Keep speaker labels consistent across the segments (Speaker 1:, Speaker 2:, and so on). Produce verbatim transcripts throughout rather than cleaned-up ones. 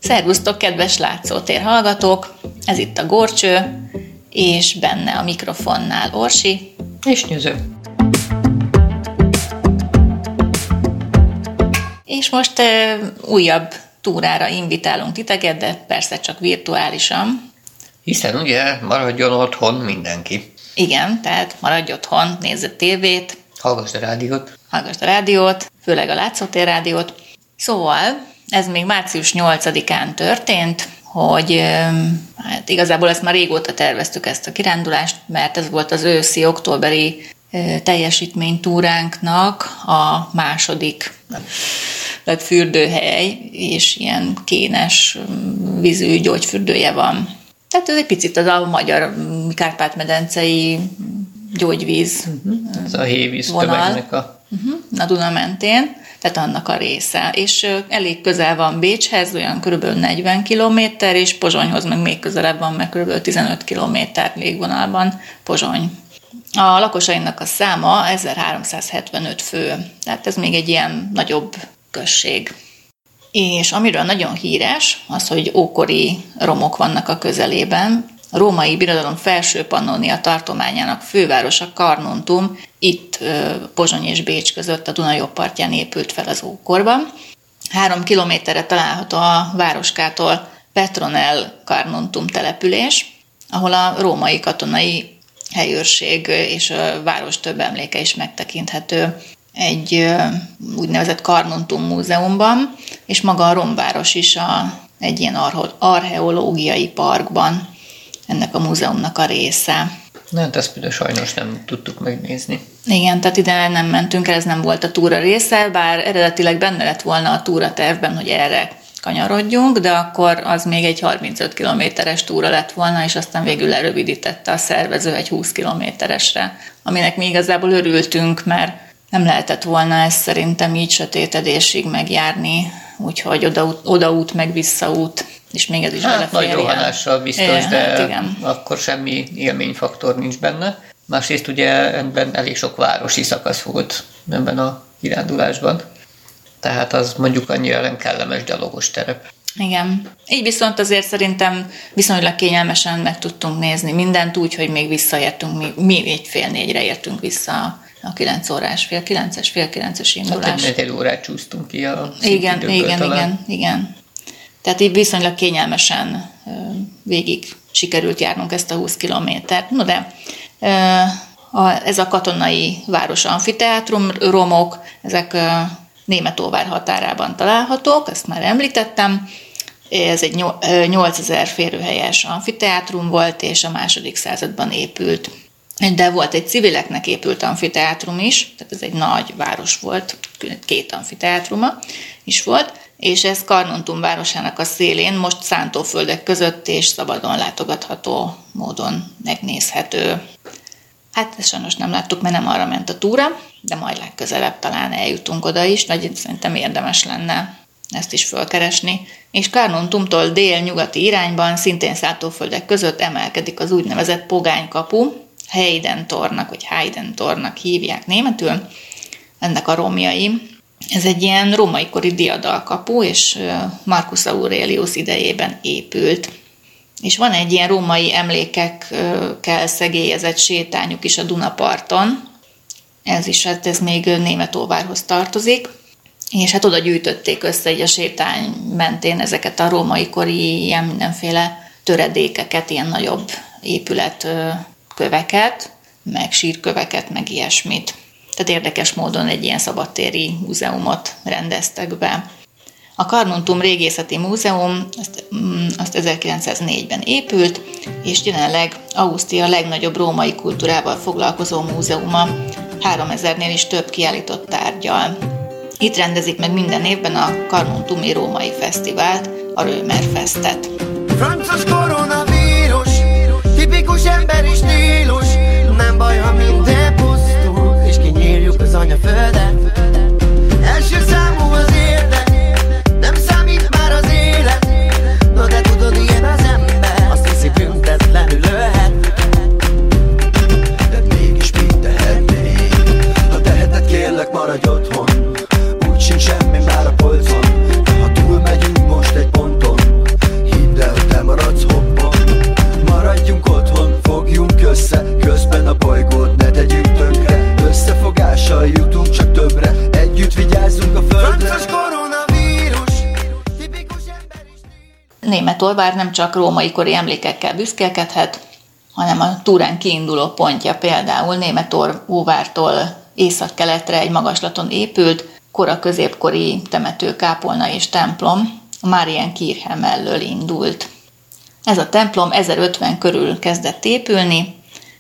Speaker 1: Szervusztok, kedves látszótér hallgatók! Ez itt a Górcső, és benne a mikrofonnál Orsi
Speaker 2: és Nyüző.
Speaker 1: És most uh, újabb túrára invitálunk titeket, de persze csak virtuálisan.
Speaker 2: Hiszen ugye maradjon otthon mindenki.
Speaker 1: Igen, tehát maradj otthon, nézz a tévét.
Speaker 2: Hallgass a rádiót.
Speaker 1: Hallgass a rádiót, főleg a látszótér rádiót. Szóval ez még március nyolcadikán történt, hogy hát igazából ezt már régóta terveztük, ezt a kirándulást, mert ez volt az őszi, októberi teljesítménytúránknak a második lett fürdőhely, és ilyen kénes vízű gyógyfürdője van. Tehát ez egy picit az a magyar kárpát-medencei gyógyvíz
Speaker 2: uh-huh. Ez a hévíz
Speaker 1: vonal.
Speaker 2: Tömegnek a...
Speaker 1: Uh-huh. A Duna mentén, tehát annak a része. És elég közel van Bécshez, olyan kb. negyven kilométer, és Pozsonyhoz meg még közelebb van, meg kb. tizenöt kilométer légvonalban Pozsony. A lakosainak a száma ezerháromszázhetvenöt fő, tehát ez még egy ilyen nagyobb község. És amiről nagyon híres, az, hogy ókori romok vannak a közelében. A római birodalom felső Pannónia tartományának fővárosa Carnuntum, itt Pozsony és Bécs között a Duna jobb partján épült fel az ókorban. Három kilométerre található a városkától Petronell Carnuntum település, ahol a római katonai helyőrség és a város több emléke is megtekinthető egy úgynevezett Carnuntum múzeumban, és maga a romváros is a, egy ilyen archeológiai parkban ennek a múzeumnak a része.
Speaker 2: Na, hát ezt például sajnos nem tudtuk megnézni.
Speaker 1: Igen, tehát ide nem mentünk el, ez nem volt a túra része, bár eredetileg benne lett volna a túra tervben, hogy erre kanyarodjunk, de akkor az még egy harmincöt kilométeres túra lett volna, és aztán végül lerövidítette a szervező egy húsz kilométeresre, aminek mi igazából örültünk, mert nem lehetett volna ezt szerintem így sötétedésig megjárni, úgyhogy oda, odaút meg visszaút, és még ez is
Speaker 2: hát nagy rohanással biztos,
Speaker 1: é,
Speaker 2: de
Speaker 1: hát igen.
Speaker 2: Akkor semmi élményfaktor nincs benne. Másrészt ugye ebben elég sok városi szakasz volt ebben a kirándulásban, tehát az mondjuk annyira nem kellemes gyalogos terep.
Speaker 1: Igen. Így viszont azért szerintem viszonylag kényelmesen meg tudtunk nézni mindent úgy, hogy még visszaértünk, mi, mi egy fél négyre értünk vissza a kilenc órás, fél kilences, fél kilences indulás.
Speaker 2: Hát egy, egy órát csúsztunk ki a
Speaker 1: igen, igen, talán. igen, igen. Tehát így viszonylag kényelmesen végig sikerült járnunk ezt a húsz kilométert. No de ez a katonai város amfiteátrum romok, ezek Németóvár határában találhatók, ezt már említettem. Ez egy nyolcezer férőhelyes amfiteátrum volt, és a második században épült. De volt egy civileknek épült amfiteátrum is, tehát ez egy nagy város volt, két amfiteátruma is volt, és ez Carnuntum városának a szélén, most szántóföldek között és szabadon látogatható módon megnézhető. Hát ezt sajnos nem láttuk, mert nem arra ment a túra, de majd legközelebb talán eljutunk oda is, vagy szerintem érdemes lenne ezt is fölkeresni. És Carnuntumtól dél-nyugati irányban, szintén szántóföldek között emelkedik az úgynevezett pogánykapu, Heidentornak, vagy Heidentornak hívják németül, ennek a romjai. Ez egy ilyen római kori diadalkapu, és Marcus Aurelius idejében épült. És van egy ilyen római emlékekkel szegélyezett sétányuk is a Dunaparton. Ez is, hát ez még Németóvárhoz tartozik. És hát oda gyűjtötték össze egy a sétány mentén ezeket a római kori ilyen mindenféle töredékeket, ilyen nagyobb épületköveket, meg sírköveket, meg ilyesmit. Tehát érdekes módon egy ilyen szabadtéri múzeumot rendeztek be. A Carnuntum Régészeti Múzeum azt, azt ezerkilencszáznégyben épült, és jelenleg Ausztria legnagyobb római kultúrával foglalkozó múzeuma, háromezernél is több kiállított tárggyal. Itt rendezik meg minden évben a Carnuntumi Római Fesztivált, a Römerfestet.
Speaker 3: Francos koronavírus, tipikus emberi stílus, nem baj, ha minden pusztul, és kinyírjuk az anyaföldet. Első számú az érdek, nem számít már az élet. No de tudod, ilyen az ember, azt hiszi büntetlenül ölhet. De mégis mit tehetnék? Ha teheted, kérlek, maradj otthon. Úgy sincs semmi már a polcon, de ha túl megyünk most egy ponton,
Speaker 1: német Orbár nem csak római kori emlékekkel büszkélkedhet, hanem a túrán kiinduló pontja például Német Óvártól észak-keletre egy magaslaton épült, kora középkori temető, kápolna és templom, a Marienkirche mellől indult. Ez a templom ezerötven körül kezdett épülni,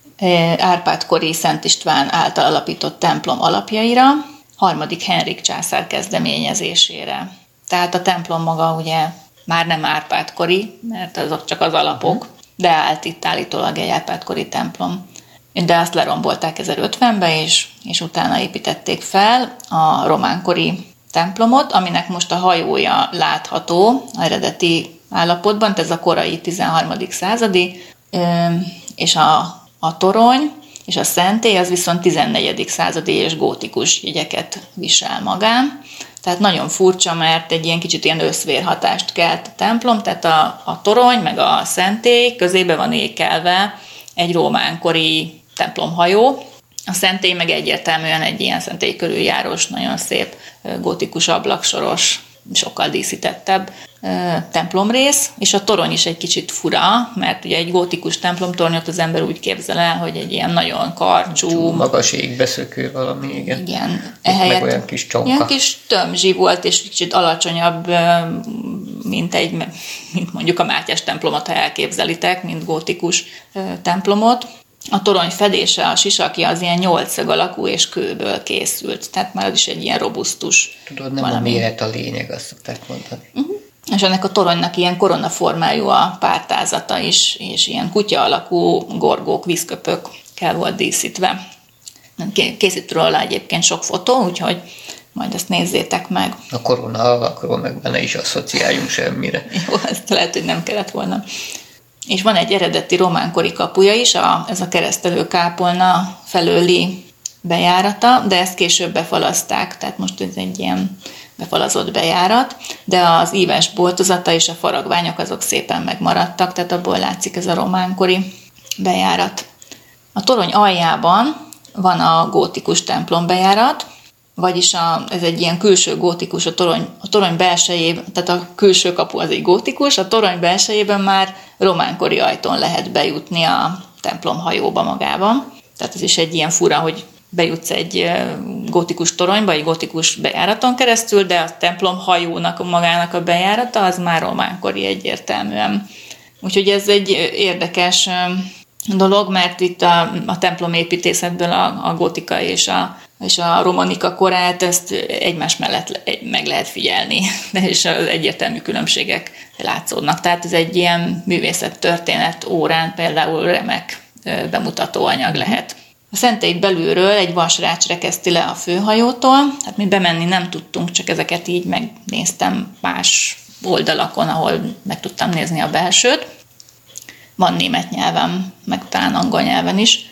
Speaker 1: Árpád-kori Szent István által alapított templom alapjaira, harmadik Henrik császár kezdeményezésére. Tehát a templom maga ugye már nem Árpád-kori, mert azok csak az alapok, de állt itt állítólag egy Árpád-kori templom. De azt lerombolták ezerötvenben, és, és utána építették fel a románkori templomot, aminek most a hajója látható eredeti állapotban, ez a korai tizenharmadik századi, és a, a torony és a szentély az viszont tizennegyedik századi és gótikus jegyeket visel magán. Tehát nagyon furcsa, mert egy ilyen kicsit ilyen összvérhatást kelt a templom, tehát a, a torony meg a szentély közébe van ékelve egy rómánkori templomhajó, a szentély meg egyértelműen egy ilyen szentély körüljárós, nagyon szép gótikus ablaksoros, sokkal díszítettebb templomrész, és a torony is egy kicsit fura, mert ugye egy gótikus templomtornyot az ember úgy képzel el, hogy egy ilyen nagyon karcsú,
Speaker 2: Csú, magas égbeszökő valami, igen.
Speaker 1: Igen.
Speaker 2: Ehelyett meg olyan kis csonka.
Speaker 1: Ilyen kis tömzsi volt, és kicsit alacsonyabb, mint, egy, mint mondjuk a Mátyás templomot, ha elképzelitek, mint gótikus templomot. A torony fedése, a sisakja az ilyen nyolcszög alakú és kőből készült, tehát már az is egy ilyen robusztus.
Speaker 2: Tudod, nem
Speaker 1: valami.
Speaker 2: A méret a lényeg, azt szokták mondani. Uh-huh.
Speaker 1: És ennek a toronynak ilyen koronaformájú a pártázata is, és ilyen kutya alakú gorgók, vízköpökkel volt díszítve. Készít róla egyébként sok fotó, úgyhogy majd ezt nézzétek meg.
Speaker 2: A korona alakról meg benne is asszociáljunk semmire.
Speaker 1: Jó, ezt lehet, hogy nem kellett volna. És van egy eredeti románkori kapuja is, a, ez a keresztelő kápolna felőli bejárata, de ezt később befalaszták, tehát most ez egy ilyen befalazott bejárat, de az íves boltozata és a faragványok azok szépen megmaradtak, tehát abból látszik ez a románkori bejárat. A torony aljában van a gótikus templom bejárat, vagyis a, ez egy ilyen külső gótikus, a torony, a torony belsejében, tehát a külső kapu az egy gótikus, a torony belsejében már románkori ajtón lehet bejutni a templom hajóba magában. Tehát ez is egy ilyen fura, hogy bejutsz egy gótikus toronyba, egy gótikus bejáraton keresztül, de a templom hajónak magának a bejárata az már románkori egyértelműen. Úgyhogy ez egy érdekes dolog, mert itt a, a templom építészetből a, a gótika és a, és a romanika korát ezt egymás mellett meg lehet figyelni, de és az egyértelmű különbségek látszódnak. Tehát ez egy ilyen művészettörténet órán például remek bemutató anyag lehet. A szentélyt belülről egy vasrács rekeszti le a főhajótól, hát mi bemenni nem tudtunk, csak ezeket így megnéztem más oldalakon, ahol meg tudtam nézni a belsőt. Van német nyelven, meg talán angol nyelven is,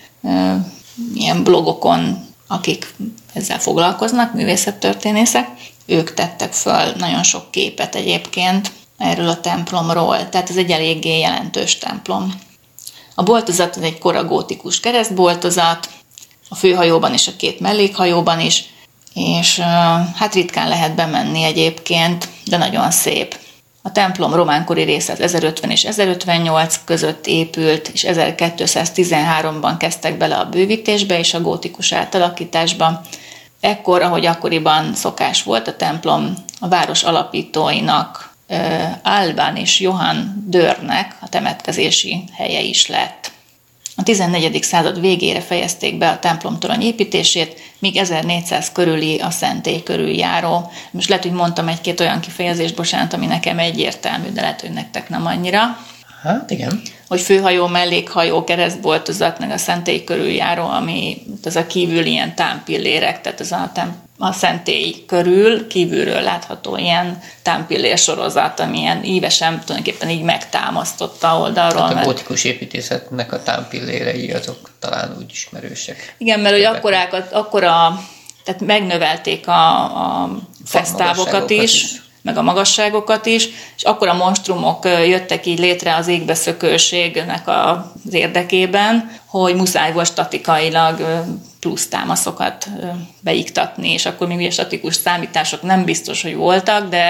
Speaker 1: ilyen blogokon, akik ezzel foglalkoznak, művészettörténészek, ők tettek föl nagyon sok képet egyébként erről a templomról, tehát ez egy eléggé jelentős templom. A boltozat az egy kora gótikus keresztboltozat, a főhajóban és a két mellékhajóban is, és hát ritkán lehet bemenni egyébként, de nagyon szép. A templom románkori része az ezerötven és ezerötvennyolc között épült, és ezerkétszáztizenháromban kezdtek bele a bővítésbe és a gótikus átalakításba. Ekkor, ahogy akkoriban szokás volt, a templom a város alapítóinak, Albán és Johann Dörrnek a temetkezési helye is lett. A tizennegyedik század végére fejezték be a templomtorony építését, míg ezernégyszáz körüli a szentély körüljáró. Most lehet, hogy mondtam egy-két olyan kifejezést, bocsánat, ami nekem egyértelmű, de lehet, hogy nektek nem annyira.
Speaker 2: Hát igen.
Speaker 1: Hogy főhajó, mellékhajó, keresztboltozat, meg a szentély körüljáró, ami az a kívül ilyen támpillérek, tehát az a, tem- a szentély körül kívülről látható ilyen támpillér sorozat, ami ilyen ívesen tulajdonképpen így megtámasztotta oldalról.
Speaker 2: Hát a gótikus építészetnek a támpillérei azok talán úgy ismerősek.
Speaker 1: Igen, mert hogy akkorákat, akkora, tehát megnövelték a, a fesztávokat is, is, meg a magasságokat is, és akkor a monstrumok jöttek így létre az égbeszökőségnek az érdekében, hogy muszáj volt statikailag plusz támaszokat beiktatni, és akkor még ugye statikus számítások nem biztos, hogy voltak, de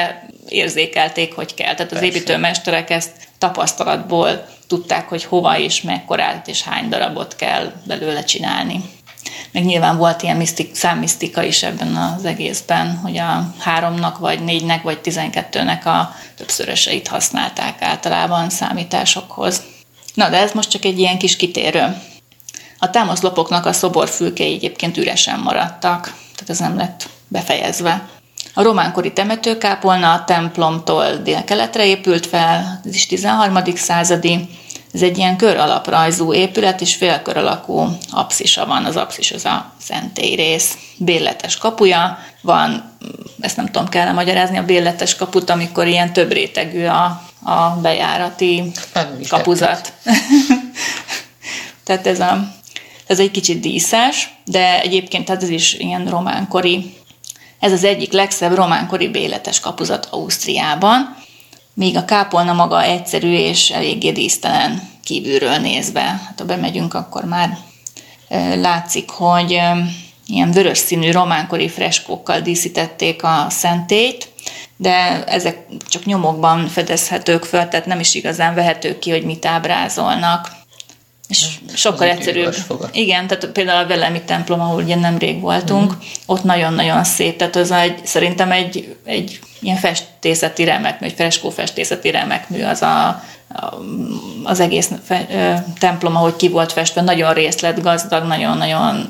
Speaker 1: érzékelték, hogy kell. Tehát az
Speaker 2: Persze.
Speaker 1: építőmesterek ezt tapasztalatból tudták, hogy hova és mekkorát és hány darabot kell belőle csinálni. Meg nyilván volt ilyen misztik, számmisztika is ebben az egészben, hogy a háromnak, vagy négynek, vagy tizenkettőnek a többszöröseit használták általában számításokhoz. Na, de ez most csak egy ilyen kis kitérő. A támaszlopoknak a szoborfülkei egyébként üresen maradtak, tehát ez nem lett befejezve. A románkori temetőkápolna a templomtól délkeletre épült fel, ez is tizenharmadik századi. Ez egy ilyen kör alaprajzú épület, és félkör alakú apszisa van, az apszis az a szentély rész. Bérletes kapuja van, ezt nem tudom, kell magyarázni a bérletes kaput, amikor ilyen több rétegű a, a bejárati kapuzat. Tehát ez, a, ez egy kicsit díszes, de egyébként hát ez is ilyen románkori. Ez az egyik legszebb románkori bérletes kapuzat Ausztriában, míg a kápolna maga egyszerű és eléggé dísztelen kívülről nézve. Hát ha bemegyünk, akkor már látszik, hogy ilyen vörös színű románkori freskókkal díszítették a szentélyt, de ezek csak nyomokban fedezhetők föl, tehát nem is igazán vehetők ki, hogy mit ábrázolnak. És sokkal egyszerűbb. Igen, tehát például a Velemi templom, ahol ugye nemrég voltunk, uh-huh. ott nagyon-nagyon szép, tehát az egy, szerintem egy, egy ilyen festészeti remekmű, egy freskófestészeti remekmű az a, a, az egész fe, ö, templom, ahogy ki volt festve, nagyon részletgazdag, nagyon-nagyon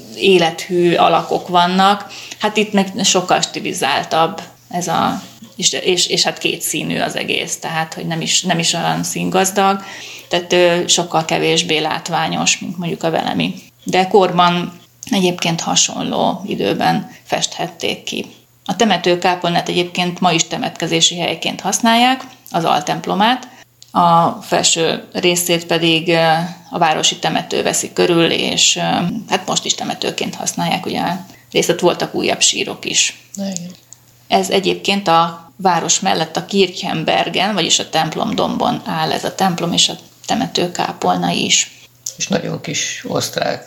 Speaker 1: élethű alakok vannak. Hát itt meg sokkal stilizáltabb ez a, és, és, és hát kétszínű az egész, tehát hogy nem is, nem is olyan színgazdag, tehát ö, sokkal kevésbé látványos, mint mondjuk a Velemi. De korban egyébként hasonló időben festhették ki. A temetőkápolnát egyébként ma is temetkezési helyként használják, az altemplomát, a felső részét pedig a városi temető veszi körül, és hát most is temetőként használják, ugye részlet voltak újabb sírok is. Igen. Ez egyébként a város mellett a Kirchenbergen, vagyis a templomdombon áll ez a templom és a temetőkápolna is.
Speaker 2: És nagyon kis osztrák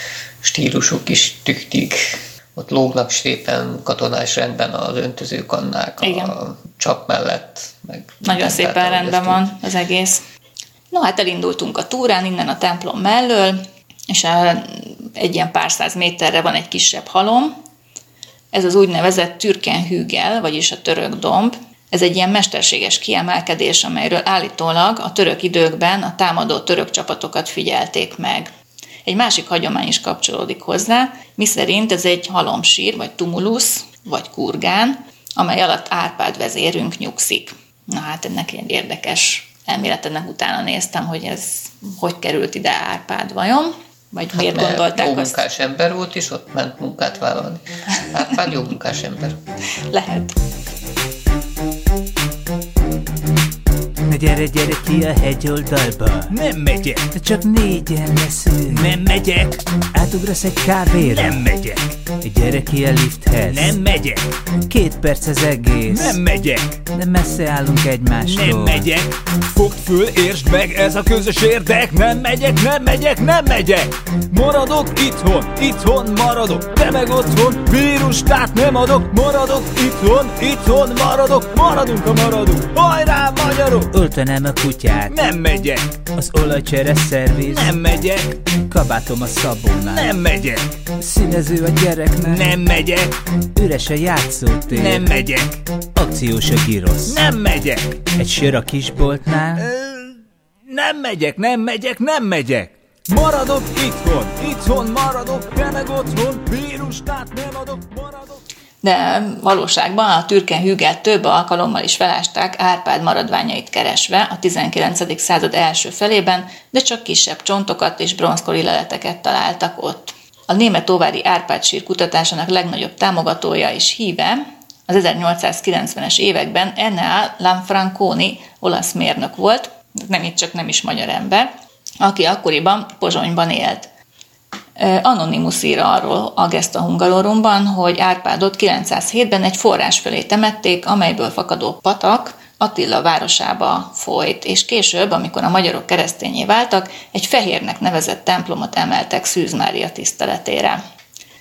Speaker 2: stílusú kis tüktik. Ott lógnak szépen katonás rendben az öntözőkannák
Speaker 1: Igen.
Speaker 2: a csap mellett. Meg
Speaker 1: nagyon szépen rendben van az egész. No, hát elindultunk a túrán innen a templom mellől, és a, egy ilyen pár száz méterre van egy kisebb halom. Ez az úgynevezett Türkenhügel, vagyis a török domb. Ez egy ilyen mesterséges kiemelkedés, amelyről állítólag a török időkben a támadó török csapatokat figyelték meg. Egy másik hagyomány is kapcsolódik hozzá, miszerint ez egy halomsír, vagy tumulusz, vagy kurgán, amely alatt Árpád vezérünk nyugszik. Na hát ennek egy érdekes elmélet, ennek utána néztem, hogy ez hogy került ide Árpád vajon, vagy hát miért gondolták
Speaker 2: jó
Speaker 1: azt.
Speaker 2: Jó munkás ember volt, és ott ment munkát vállalni. Árpád jó munkás ember.
Speaker 1: Lehet.
Speaker 4: Na gyere, gyere ki a hegyoldalba. Nem megyek. De csak négyen leszünk. Nem megyek. Átugrasz egy kávéra. Nem megyek. Gyere ki a lifthez. Nem megyek. Két perc az egész. Nem megyek. De messze állunk egymástól. Nem megyek. Fogd föl, értsd meg, ez a közös érdek. Nem megyek, nem megyek, nem megyek. Maradok itthon, itthon maradok. Te meg otthon, vírustát nem adok. Maradok itthon, itthon maradok. Maradunk a maradunk. Hajrá magyarok! Öltenem a kutyát. Nem megyek. Az olajcsere szerviz. Nem megyek. Kabátom a szabónál. Nem megyek. Színező a gyereknek. Nem megyek. Üres a játszótér. Nem megyek. Akciós a girosz. Nem megyek. Egy sör a kisboltnál. Ö, nem megyek, nem megyek, nem megyek. Maradok itthon, itthon maradok. Te meg otthon, vírustát nem adok. Maradok.
Speaker 1: De valóságban a Türkenhügelt több alkalommal is felásták Árpád maradványait keresve a tizenkilencedik század első felében, de csak kisebb csontokat és bronzkori leleteket találtak ott. A német-óvári Árpád sír kutatásának legnagyobb támogatója és híve az ezernyolcszázkilencvenes években Enea Lanfranconi olasz mérnök volt, nem itt csak nem is magyar ember, aki akkoriban Pozsonyban élt. Anonymous ír arról a Gesta Hungarorumban, hogy Árpádot kilencszázhétben egy forrás fölé temették, amelyből fakadó patak Attila városába folyt, és később, amikor a magyarok keresztényé váltak, egy fehérnek nevezett templomot emeltek Szűz Mária tiszteletére.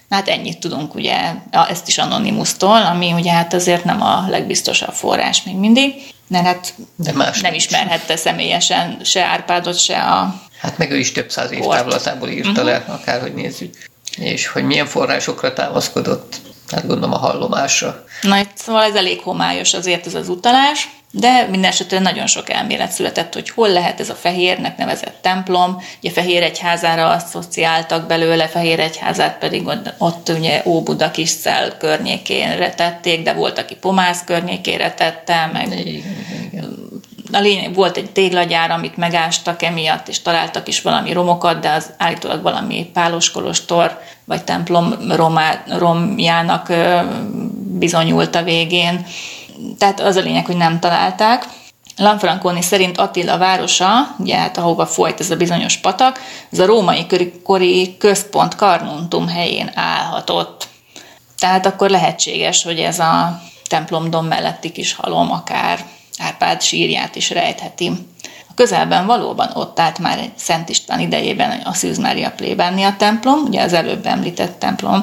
Speaker 1: Hát ennyit tudunk ugye, ezt is Anonymous-tól, ami ugye hát azért nem a legbiztosabb forrás még mindig, mert hát
Speaker 2: De más
Speaker 1: nem ismerhette személyesen se Árpádot, se a...
Speaker 2: Hát meg ő is több száz év távlatából írta uh-huh. le, akárhogy nézzük. És hogy milyen forrásokra támaszkodott, hát gondolom a hallomásra.
Speaker 1: Na, szóval ez elég homályos azért ez az utalás, de minden esetre nagyon sok elmélet született, hogy hol lehet ez a Fehérnek nevezett templom. Ugye Fehéregyházára asszociáltak belőle, Fehéregyházát pedig ott, ott ugye Óbuda Kisszel környékére tették, de volt, aki Pomász környékére tette, meg
Speaker 2: Igen, igen.
Speaker 1: a lényeg, volt egy téglagyár, amit megástak emiatt, és találtak is valami romokat, de az állítólag valami pálos kolostor, vagy templom romá, romjának bizonyult a végén. Tehát az a lényeg, hogy nem találták. Lanfranconi szerint Attila városa, ugye hát ahova folyt ez a bizonyos patak, ez a római kori központ Carnuntum helyén állhatott. Tehát akkor lehetséges, hogy ez a templomdom melletti kis halom akár Árpád sírját is rejtheti. A közelben valóban ott állt már egy Szent István idejében a Szűz Mária plébánia templom, ugye az előbb említett templom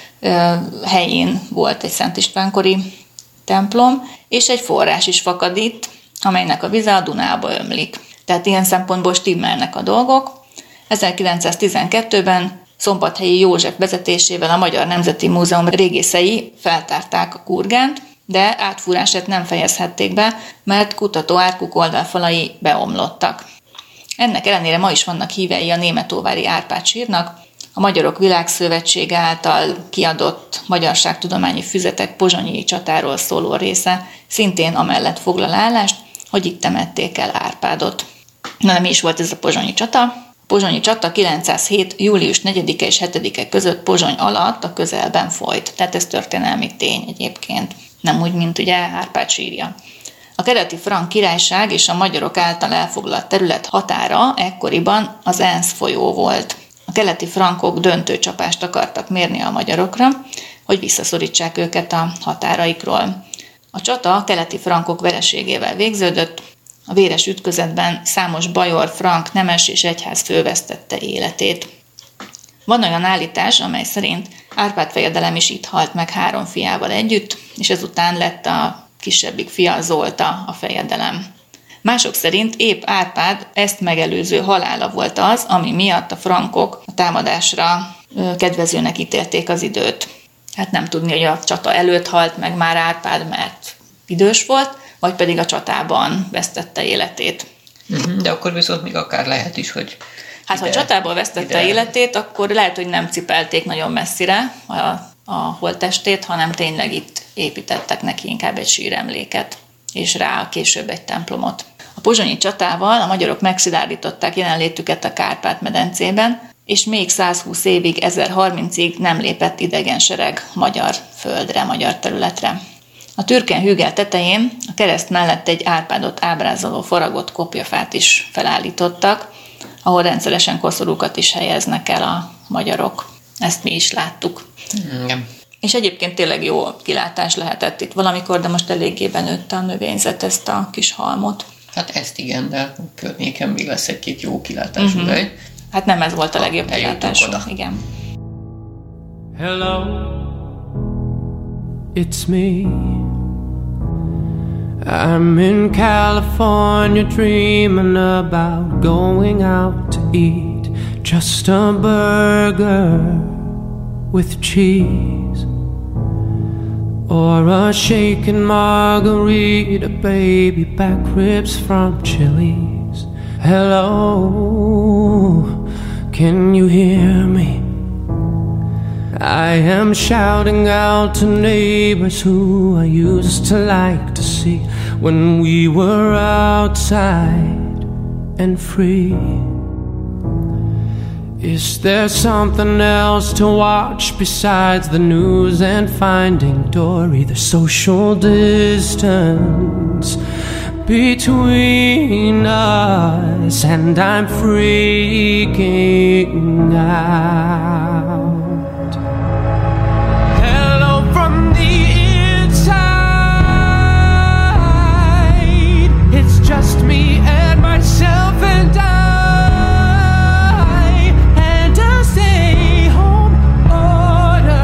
Speaker 1: helyén volt egy Szent Istvánkori templom, és egy forrás is fakad itt, amelynek a vize a Dunába ömlik. Tehát ilyen szempontból stimmelnek a dolgok. ezerkilencszáztizenkettőben Szombathelyi József vezetésével a Magyar Nemzeti Múzeum régészei feltárták a kurgánt, de átfúrását nem fejezhették be, mert kutató-árkuk oldalfalai beomlottak. Ennek ellenére ma is vannak hívei a németóvári Árpád sírnak, a Magyarok Világszövetsége által kiadott magyarságtudományi füzetek pozsonyi csatáról szóló része szintén amellett foglal állást, hogy itt temették el Árpádot. Na, mi is volt ez a pozsonyi csata? A pozsonyi csata kilencszázhét. július negyedike és hetedike között Pozsony alatt a közelben folyt. Tehát ez történelmi tény egyébként. Nem úgy, mint ugye Árpád sírja. A keleti frank királyság és a magyarok által elfoglalt terület határa ekkoriban az Ensz folyó volt. A keleti frankok döntő csapást akartak mérni a magyarokra, hogy visszaszorítsák őket a határaikról. A csata a keleti frankok vereségével végződött, a véres ütközetben számos bajor, frank, nemes és egyházfő vesztette életét. Van olyan állítás, amely szerint Árpád fejedelem is itt halt meg három fiával együtt, és ezután lett a kisebbik fia Zolta a fejedelem. Mások szerint épp Árpád ezt megelőző halála volt az, ami miatt a frankok a támadásra kedvezőnek ítélték az időt. Hát nem tudni, hogy a csata előtt halt meg már Árpád, mert idős volt, vagy pedig a csatában vesztette életét.
Speaker 2: De akkor viszont még akár lehet is, hogy...
Speaker 1: Hát, ide, ha csatában vesztette ide. életét, akkor lehet, hogy nem cipelték nagyon messzire a, a holttestét, hanem tényleg itt építettek neki inkább egy síremléket, és rá később egy templomot. A pozsonyi csatával a magyarok megszilárdították jelenlétüket a Kárpát-medencében, és még százhúsz évig, ezerharmincig nem lépett idegen sereg magyar földre, magyar területre. A Türken-hügel tetején a kereszt mellett egy Árpádot ábrázoló faragott kopjafát is felállítottak, ahol rendszeresen koszorúkat is helyeznek el a magyarok. Ezt mi is láttuk.
Speaker 2: Igen.
Speaker 1: És egyébként tényleg jó kilátás lehetett itt valamikor, de most eléggé benőtte a növényzet ezt a kis halmot.
Speaker 2: Hát ezt igen, de környéken még lesz egy-két jó kilátású uh-huh. hely.
Speaker 1: Hát nem ez volt a legjobb ha, kilátású. Igen.
Speaker 5: Hello, it's me. I'm in California dreaming about going out to eat just a burger with cheese or a shaken margarita, baby back ribs from Chili's. Hello, can you hear me? I am shouting out to neighbors who I used to like to see when we were outside and free. Is there something else to watch besides the news and Finding Dory? The social distance between us, and I'm freaking out. Just me and myself and I, and a stay home order.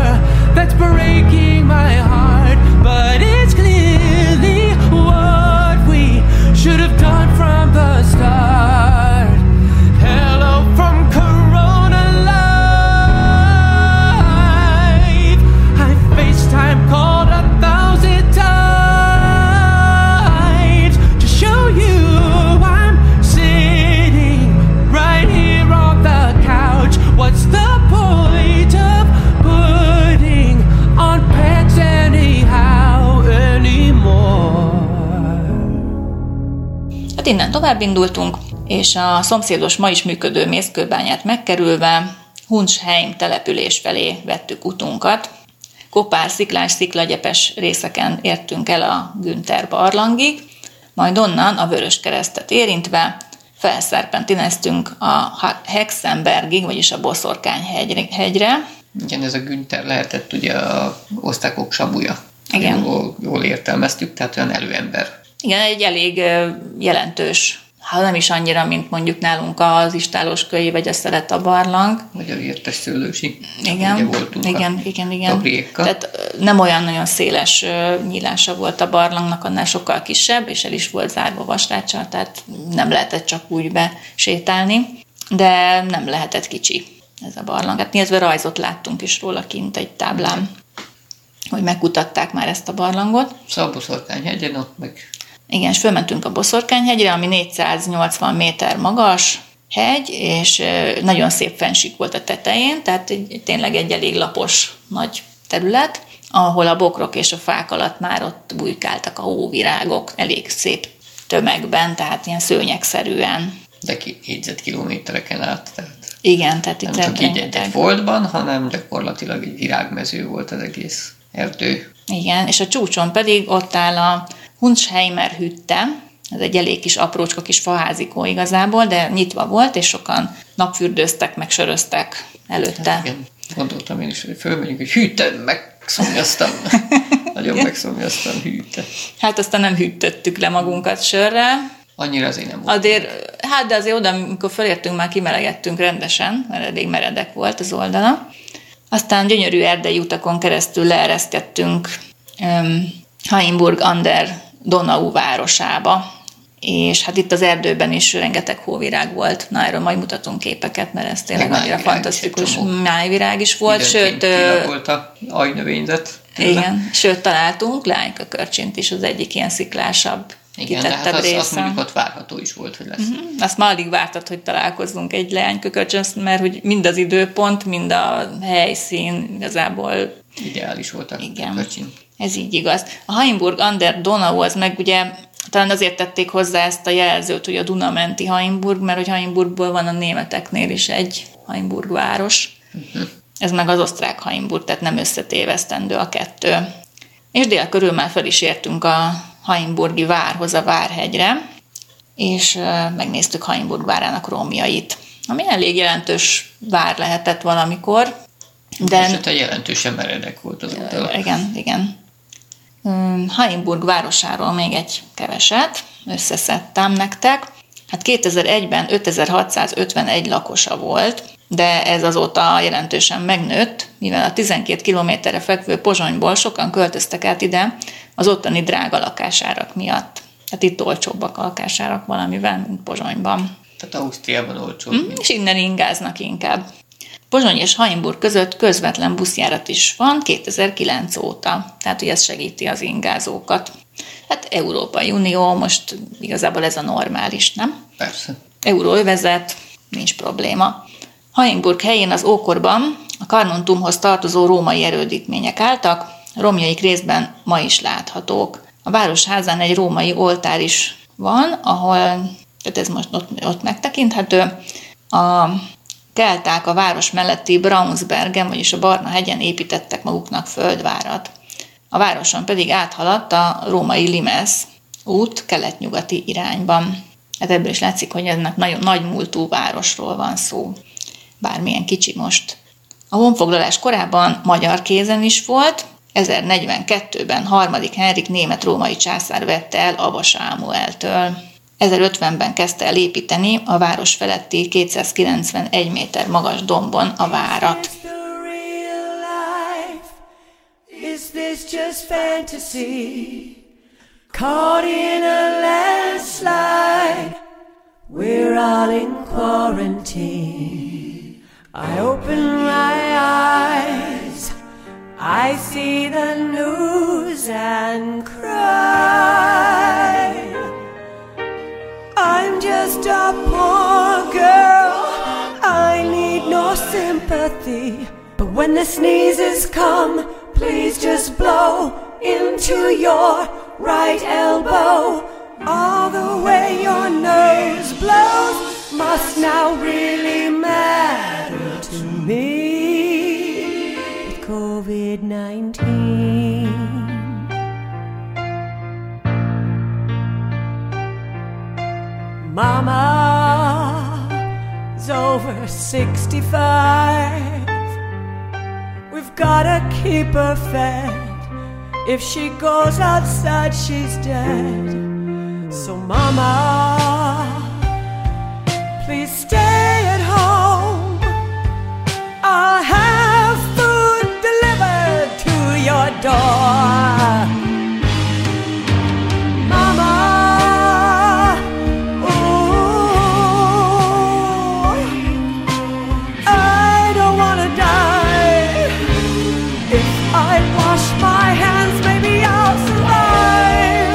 Speaker 1: innen tovább indultunk, és a szomszédos ma is működő mészkőbányát megkerülve Hunsheim település felé vettük utunkat. Kopár, sziklás, sziklagyepes részeken értünk el a Günther barlangig, majd onnan a Vöröskeresztet érintve felszerpentineztünk a Hexenbergig, vagyis a Boszorkány hegyre.
Speaker 2: Igen, ez a Günther lehetett ugye a osztákok sabuja.
Speaker 1: Igen.
Speaker 2: Jól, jól értelmeztük, tehát olyan előember.
Speaker 1: Igen, egy elég jelentős, hát nem is annyira, mint mondjuk nálunk az Istáloskői, vagy a Szereta barlang.
Speaker 2: Vagy a Vértes Szőlősi.
Speaker 1: Igen, igen, igen, igen. Tehát nem olyan nagyon széles nyílása volt a barlangnak, annál sokkal kisebb, és el is volt zárva vasráccsal, tehát nem lehetett csak úgy besétálni, de nem lehetett kicsi ez a barlang. Hát nézve rajzot láttunk is róla kint egy táblán, hogy megkutatták már ezt a barlangot.
Speaker 2: Szóval a Boszorkányhegyen ott meg...
Speaker 1: Igen, és fölmentünk a Boszorkányhegyre, ami négyszáznyolcvan méter magas hegy, és nagyon szép fennsík volt a tetején, tehát egy, tényleg egy elég lapos nagy terület, ahol a bokrok és a fák alatt már ott bujkáltak a hóvirágok, elég szép tömegben, tehát ilyen szőnyegszerűen.
Speaker 2: De ki, négyzetkilométereken át, tehát...
Speaker 1: Igen, tehát
Speaker 2: nem
Speaker 1: itt
Speaker 2: csak így egy foltban, hanem gyakorlatilag egy virágmező volt az egész erdő.
Speaker 1: Igen, és a csúcson pedig ott áll a Hunsheimer hütte, ez egy elég kis aprócska kis faházikó igazából, de nyitva volt, és sokan napfürdőztek, meg söröztek előtte. Hát
Speaker 2: igen, gondoltam én is, hogy fölmegyünk, hogy hűten megszomjaztam. Nagyon megszomjaztam hűte.
Speaker 1: Hát aztán nem hűtöttük le magunkat sörrel.
Speaker 2: Annyira azért nem volt.
Speaker 1: Azért, hát de azért oda, amikor felértünk, már kimelegettünk rendesen, mert elég meredek volt az oldala. Aztán gyönyörű erdei utakon keresztül leereszkedtünk um, Hainburg an der Donau városába, és hát itt az erdőben is rengeteg hóvirág volt. Na, erről majd mutatunk képeket, mert ez tényleg annyira fantasztikus. Májvirág is volt,
Speaker 2: időnként sőt... volt a ajnövényzet.
Speaker 1: Igen, sőt találtunk leánykökörcsint is, az egyik ilyen sziklásabb,
Speaker 2: igen, kitettebb hát az, részen. Azt mondjuk ott várható is volt, hogy lesz. Uh-huh.
Speaker 1: Azt már alig vártad, hogy találkozzunk egy leánykökörcsön, mert hogy mind az időpont, mind a helyszín igazából...
Speaker 2: Ideális volt a kökörcsin.
Speaker 1: Ez így igaz. A Hainburg an der Donau az meg ugye talán azért tették hozzá ezt a jelzőt, hogy a Duna menti Hainburg, mert hogy Hainburgból van a németeknél is egy Hainburg város. Uh-huh. Ez meg az osztrák Hainburg, tehát nem összetévesztendő a kettő. És dél körül már fel is értünk a Hainburgi várhoz, a Várhegyre, és uh, megnéztük Hainburg várának romjait, ami elég jelentős vár lehetett valamikor.
Speaker 2: De és a jelentősen meredek volt az oldala.
Speaker 1: Igen, igen. Hainburg városáról még egy keveset összeszedtem nektek. Hát kétezer-egyben ötezer-hatszázötvenegy lakosa volt, de ez azóta jelentősen megnőtt, mivel a tizenkét kilométerre fekvő Pozsonyból sokan költöztek át ide az ottani drága lakásárak miatt. Hát itt olcsóbbak a lakásárak valamivel, mint Pozsonyban.
Speaker 2: Tehát Ausztriában olcsóbb.
Speaker 1: Mm, és innen ingáznak inkább. Pozsony és Hainburg között közvetlen buszjárat is van kétezer-kilenc óta, tehát hogy ez segíti az ingázókat. Hát Európai Unió, most igazából ez a normális, nem?
Speaker 2: Persze.
Speaker 1: Euróövezet, nincs probléma. Hainburg helyén az ókorban a Carnuntumhoz tartozó római erődítmények álltak, romjaik részben ma is láthatók. A városházán egy római oltár is van, ahol, tehát ez most ott, ott megtekinthető, a kelták a város melletti Braunsbergen, vagyis a Barna hegyen építettek maguknak földvárat. A városon pedig áthaladt a római Limes út kelet-nyugati irányban. Hát ebből is látszik, hogy ennek nagyon nagy múltú városról van szó, bármilyen kicsi most. A honfoglalás korában magyar kézen is volt, ezernegyvenkettőben harmadik Henrik német-római császár vette el Aba Sámueltől. ezerötvenben kezdte el építeni a város feletti kétszázkilencvenegy méter magas dombon a várat.
Speaker 6: Is this just fantasy? Caught in a landslide, we're all in quarantine. I open my eyes, I see the news and cry. I'm just a poor girl, I need no sympathy. But when the sneezes come, please just blow into your right elbow all the way your must now really matter to me with covid nineteen. Mama's over sixty-five. We've gotta keep her fed. If she goes outside, she's dead. So mama, please stay at home. I'll have food delivered to your door. Mama, ooh, I don't wanna die. If I wash my hands, maybe I'll survive.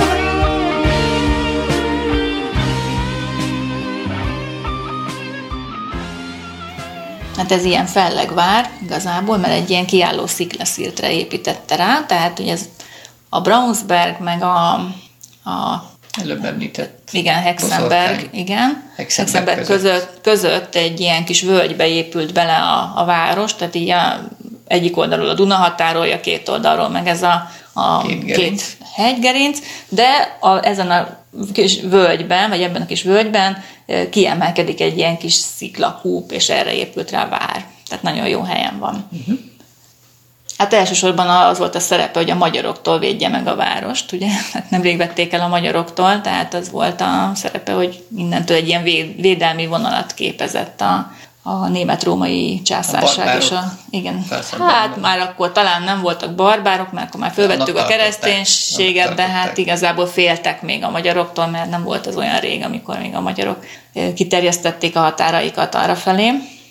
Speaker 1: Hát ez ilyen fellegvár igazából, mert egy ilyen kiálló sziklaszirtre építette rá, tehát ugye ez a Braunsberg meg a, a
Speaker 2: előbb említett
Speaker 1: igen, Hexenberg, igen,
Speaker 2: Hexenberg,
Speaker 1: Hexenberg között. Között, között egy ilyen kis völgybe épült bele a, a város, tehát így a, egyik oldalról a Duna határolja, két oldalról meg ez a, a
Speaker 2: két,
Speaker 1: két hegygerinc, de a, ezen a kis völgyben, vagy ebben a kis völgyben kiemelkedik egy ilyen kis sziklakúp, és erre épült rá vár. Tehát nagyon jó helyen van. Uh-huh. Hát elsősorban az volt a szerepe, hogy a magyaroktól védje meg a várost, ugye? Hát nemrég vették el a magyaroktól, tehát az volt a szerepe, hogy mindentől egy ilyen védelmi vonalat képezett a, a német-római császárság. És a, igen, hát már akkor talán nem voltak barbárok, mert akkor már fölvettük a kereszténységet, de hát igazából féltek még a magyaroktól, mert nem volt az olyan rég, amikor még a magyarok kiterjesztették a határaikat arrafelé.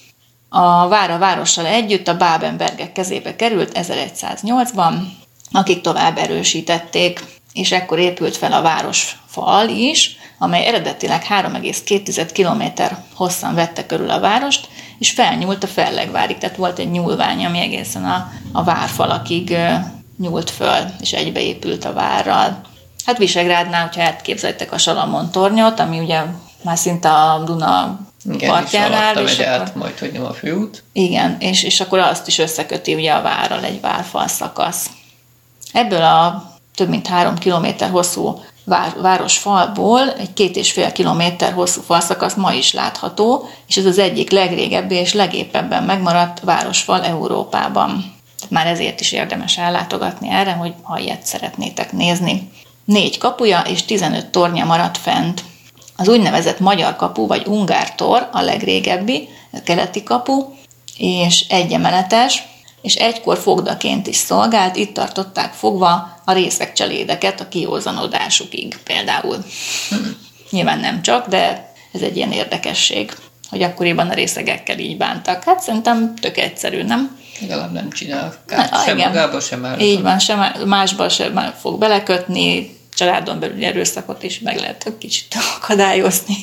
Speaker 1: A vár a várossal együtt a Babenbergek kezébe került ezeregyszáznyolcban, akik tovább erősítették, és ekkor épült fel a városfal is, amely eredetileg három egész két kilométer hosszan vette körül a várost, és felnyúlt a Fellegvárig, tehát volt egy nyúlvány, ami egészen a, a várfalakig nyúlt föl, és egybeépült a várral. Hát Visegrádnál, hogyha elképzeltek a Salamon-tornyot, ami ugye már szinte a Duna
Speaker 2: igen,
Speaker 1: partjánál.
Speaker 2: És alatta megy át, majd, hogy nem a főút.
Speaker 1: Igen, és, és akkor azt is összeköti ugye a várral egy várfal szakasz. Ebből a több mint három kilométer hosszú vár, városfalból egy két és fél kilométer hosszú falszakasz ma is látható, és ez az egyik legrégebbi és legépebben megmaradt városfal Európában. Már ezért is érdemes ellátogatni erre, hogy ha ilyet szeretnétek nézni. Négy kapuja és tizenöt tornya maradt fent. Az úgynevezett magyar kapu, vagy ungártor a legrégebbi, a keleti kapu, és egyemeletes, és egykor fogdaként is szolgált, itt tartották fogva a részegcselédeket a kiózanodásukig például. Nyilván nem csak, de ez egy ilyen érdekesség, hogy akkoriban a részegekkel így bántak. Hát szerintem tök egyszerű, nem?
Speaker 2: Legalább nem csinál kárt,
Speaker 1: Na,
Speaker 2: sem
Speaker 1: igen.
Speaker 2: magába, sem másban.
Speaker 1: Így van, sem másban sem fog belekötni, családon belül erőszakot is meg lehet egy kicsit akadályozni.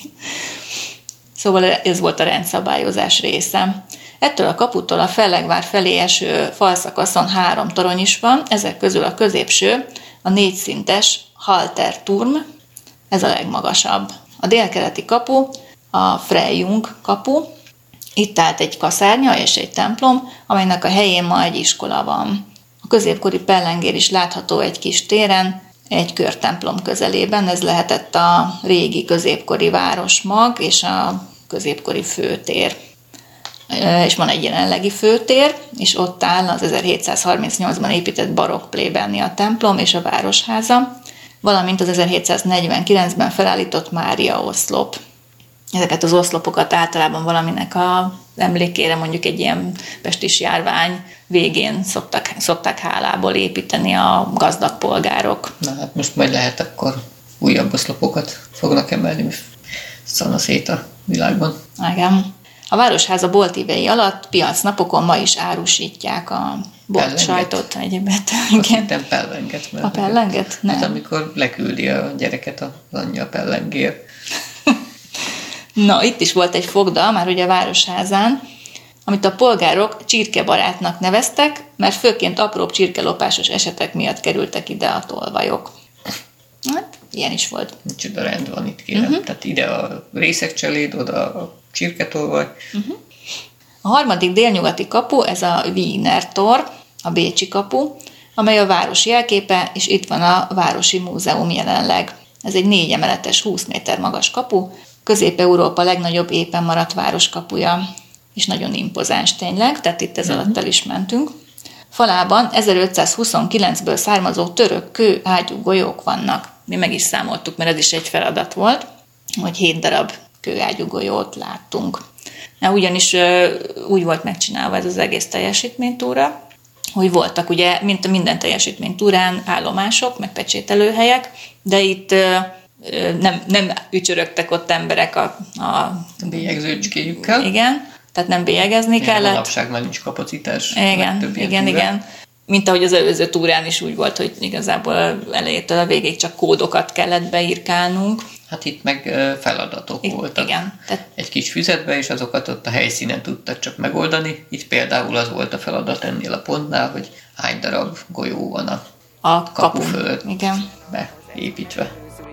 Speaker 1: Szóval ez volt a rendszabályozás része. Ettől a kaputól a Fellegvár felé eső falszakaszon három torony is van, ezek közül a középső, a négyszintes Halterturm, ez a legmagasabb. A délkeleti kapu, a Freyjung kapu, itt állt egy kaszárnya és egy templom, amelynek a helyén ma egy iskola van. A középkori pellengér is látható egy kis téren, egy körtemplom közelében, ez lehetett a régi középkori városmag és a középkori főtér. És van egy jelenlegi főtér, és ott áll az ezerhétszázharmincnyolcban épített barokk plébánia templom és a városháza, valamint az ezerhétszáznegyvenkilencben felállított Mária oszlop. Ezeket az oszlopokat általában valaminek az emlékére, mondjuk egy ilyen pestis járvány végén szoktak, szokták hálából építeni a gazdag polgárok.
Speaker 2: Na hát most majd lehet akkor újabb oszlopokat fognak emelni, szana szét a világban.
Speaker 1: Igen. A városháza boltívei alatt piacnapokon ma is árusítják a bort, sajtot, egyébet.
Speaker 2: Azt hittem pellenget.
Speaker 1: A pellenget? Nem.
Speaker 2: Hát amikor leküldi a gyereket az anyja a pellengér.
Speaker 1: Na, itt is volt egy fogda, már ugye a városházán, amit a polgárok csirkebarátnak neveztek, mert főként apróbb csirkelopásos esetek miatt kerültek ide a tolvajok. Hát, ilyen is volt.
Speaker 2: Micsoda rend van itt, kérem. Uh-huh. Tehát ide a részegcseléd, oda a csirketolvaj.
Speaker 1: Uh-huh. A harmadik délnyugati kapu, ez a Wiener Tor, a bécsi kapu, amely a város jelképe, és itt van a Városi Múzeum jelenleg. Ez egy négy emeletes, húsz méter magas kapu, Közép-Európa legnagyobb éppen maradt városkapuja, és nagyon impozáns tényleg, tehát itt ez alatt el is mentünk. Falában ezerötszázhuszonkilencből származó török kő ágyú golyók vannak. Mi meg is számoltuk, mert ez is egy feladat volt, hogy hét darab kőágyú golyót láttunk. Na, ugyanis úgy volt megcsinálva ez az egész teljesítménytúra, hogy voltak ugye, mint a minden teljesítménytúrán állomások, meg pecsételőhelyek, de itt nem, nem ücsörögtek ott emberek a... a
Speaker 2: bélyegzőcskéjükkel.
Speaker 1: Igen, tehát nem bélyegezni
Speaker 2: igen,
Speaker 1: kellett.
Speaker 2: Manapság már nincs kapacitás.
Speaker 1: Igen, igen, igen. Mint ahogy az előző túrán is úgy volt, hogy igazából elejétől a végéig csak kódokat kellett beírkálnunk.
Speaker 2: Hát itt meg feladatok itt, voltak.
Speaker 1: Igen. Tehát...
Speaker 2: Egy kis füzetbe, és azokat ott a helyszínen tudtak csak megoldani. Itt például az volt a feladat ennél a pontnál, hogy hány darab golyó van a,
Speaker 1: a
Speaker 2: kapu,
Speaker 1: kapu
Speaker 2: fölött
Speaker 1: igen.
Speaker 2: beépítve.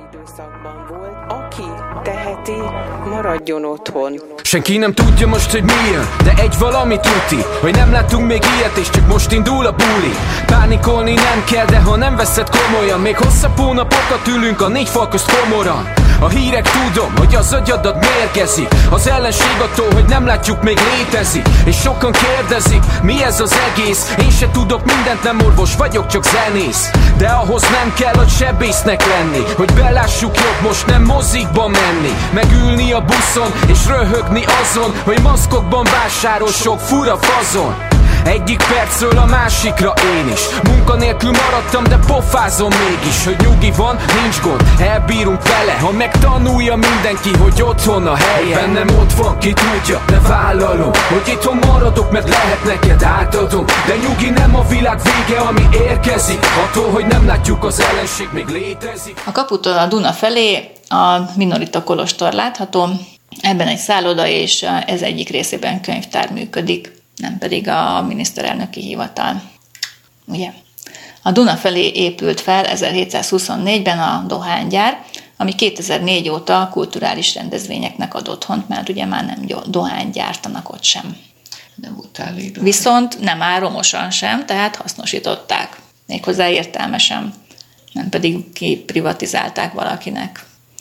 Speaker 7: Aki teheti, maradjon otthon.
Speaker 5: Senki nem tudja most, hogy milyen, de egy valami tuti, hogy nem láttunk még ilyet, és csak most indul a buli. Pánikolni nem kell, de ha nem veszed komolyan, még hosszabb hónapokat ülünk a négy fal közt komoran. A hírek tudom, hogy az agyadat mérgezik, az ellenség attól, hogy nem látjuk, még létezik. És sokan kérdezik, mi ez az egész? Én se tudok mindent, nem orvos vagyok, csak zenész. De ahhoz nem kell, hogy sebésznek lenni, hogy belássuk jobb most nem mozikba menni, megülni a buszon és röhögni azon, hogy maszkokban vásárol sok fura fazon. Egyik percről a másikra én is munkanélkül maradtam, de pofázom mégis, hogy nyugi van, nincs gond, elbírunk vele. Ha megtanulja mindenki, hogy otthon a helye, bennem ott van, ki tudja, de vállalom, hogy itthon maradok, mert lehet neked átadom. De nyugi, nem a világ vége, ami érkezik, attól, hogy nem látjuk, az ellenség még létezik.
Speaker 1: A kaputól a Duna felé a Minorita kolostor látható, ebben egy szálloda, és ez egyik részében könyvtár működik, nem pedig a miniszterelnöki hivatal. Ugye? A Duna felé épült fel ezerhétszázhuszonnégyben a dohánygyár, ami kétezer-négy óta kulturális rendezvényeknek ad otthont, mert ugye már nem dohányt gyártanak ott sem.
Speaker 2: Nem volt állító.
Speaker 1: Viszont nem áll romosan sem, tehát hasznosították. Méghozzá értelmesen. Nem pedig kiprivatizálták valakinek.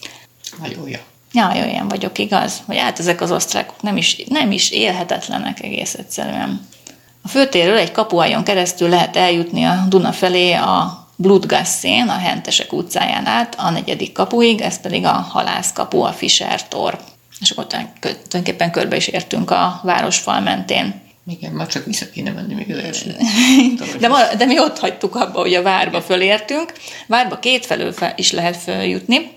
Speaker 2: Vajója.
Speaker 1: Ja, jó, ilyen vagyok, igaz? Hogy hát ezek az osztrákok nem is, nem is élhetetlenek egész egyszerűen. A főtérről egy kapuajon keresztül lehet eljutni a Duna felé a Blutgasszén, a Hentesek utcáján át, a negyedik kapuig, ez pedig a halászkapu, a Fischer Tor. És akkor tulajdonképpen körbe is értünk a városfal mentén.
Speaker 2: Igen, már csak vissza kéne menni még az első.
Speaker 1: de, ma, de mi ott hagytuk abba, hogy a Várba fölértünk. Várba kétfelől fel is lehet följutni,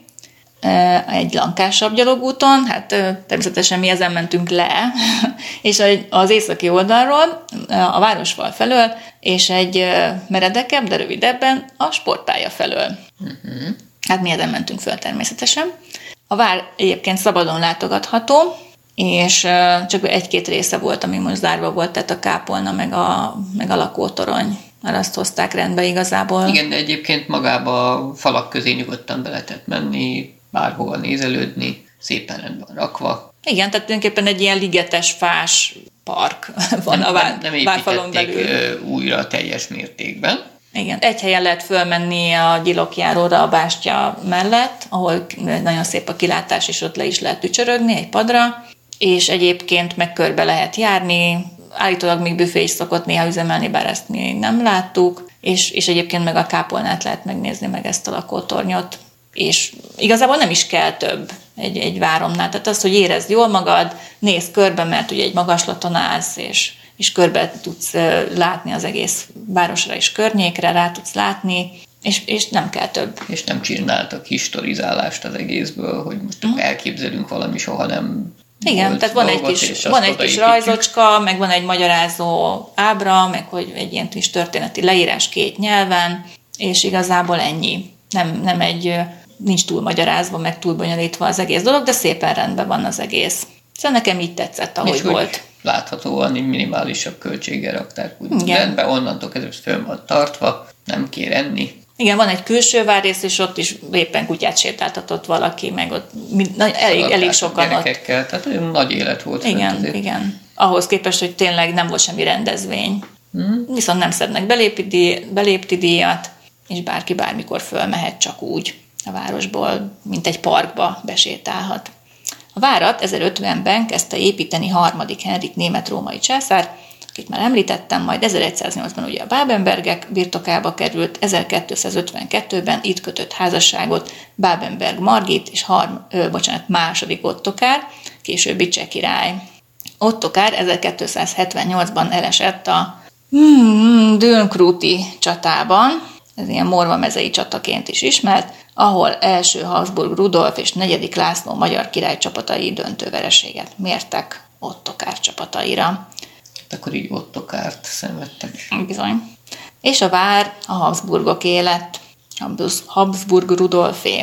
Speaker 1: egy lankásabb gyalogúton, hát természetesen mi ezen mentünk le, és az északi oldalról, a városfal felől, és egy meredekebb, de rövidebben a sportpálya felől. Uh-huh. Hát mi ezen mentünk föl természetesen. A vár egyébként szabadon látogatható, és csak egy-két része volt, ami most zárva volt, tehát a kápolna, meg a, meg a lakótorony, mert azt hozták rendbe igazából.
Speaker 2: Igen, de egyébként magába a falak közé nyugodtan be lehetett menni, bárhova nézelődni, szépen rendben rakva.
Speaker 1: Igen, tehát tulajdonképpen egy ilyen ligetes, fás park van nem, a vár,
Speaker 2: nem, nem
Speaker 1: várfalon belül.
Speaker 2: Újra teljes mértékben.
Speaker 1: Igen, egy helyen lehet fölmenni a gyilokjáróra a bástya mellett, ahol nagyon szép a kilátás, és ott le is lehet tücsörögni egy padra, és egyébként meg körbe lehet járni, állítólag még büfé is szokott néha üzemelni, bár ezt mi nem láttuk, és, és egyébként meg a kápolnát lehet megnézni, meg ezt a lakótornyot, és igazából nem is kell több egy, egy váromnál. Tehát az, hogy érezd jól magad, nézz körbe, mert ugye egy magaslaton állsz, és, és körbe tudsz látni az egész városra és környékre, rá tudsz látni, és, és nem kell több.
Speaker 2: És nem csináltak historizálást az egészből, hogy most mm. elképzelünk valami soha nem.
Speaker 1: Igen, tehát van egy kis, van egy kis rajzocska, meg van egy magyarázó ábra, meg hogy egy ilyen kis történeti leírás két nyelven, és igazából ennyi. Nem, nem egy, nincs túl magyarázva, meg túl bonyolítva az egész dolog, de szépen rendben van az egész. Szóval nekem így tetszett, ahogy
Speaker 2: és
Speaker 1: volt.
Speaker 2: Láthatóan így minimálisabb költséggel rakták úgy rendben, onnantól kezdve fönn van tartva, nem kér enni.
Speaker 1: Igen, van egy külső várrész, és ott is éppen kutyát sétáltatott valaki, meg ott elég, elég sokan ott.
Speaker 2: Tehát olyan nagy élet volt.
Speaker 1: Igen, igen. Ahhoz képest, hogy tényleg nem volt semmi rendezvény. Hmm. Viszont nem szednek belépti díjat, és bárki bármikor fölmehet csak úgy a városból, mint egy parkba besétálhat. A várat ezerötvenben kezdte építeni harmadik Henrik német-római császár, akit már említettem, majd ezeregyszáznyolcban ugye a Babenbergek birtokába került, ezerkétszázötvenkettőben itt kötött házasságot Babenberg Margit és harm, ö, bocsánat, második Ottokár, későbbi cseh király. Ottokár ezerkétszázhetvennyolcban elesett a hmm, Dönkrúti csatában, ez ilyen morvamezei csataként is ismert, ahol első Habsburg Rudolf és negyedik László magyar király csapatai döntő vereséget mértek Ottokár csapataira.
Speaker 2: Akkor így Ottokárt szenvedtek.
Speaker 1: Bizony. És a vár a Habsburgoké lett, Habsburg Rudolfé.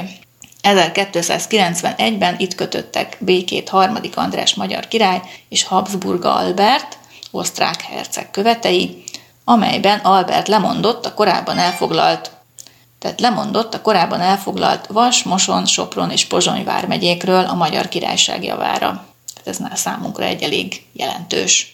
Speaker 1: ezerkétszázkilencvenegyben itt kötöttek békét harmadik András magyar király és Habsburg Albert, osztrák herceg követei, amelyben Albert lemondott a korábban elfoglalt, tehát lemondott a korábban elfoglalt Vas, Moson, Sopron és Pozsony vármegyékről a Magyar Királyság javára. Ez már számunkra egy elég jelentős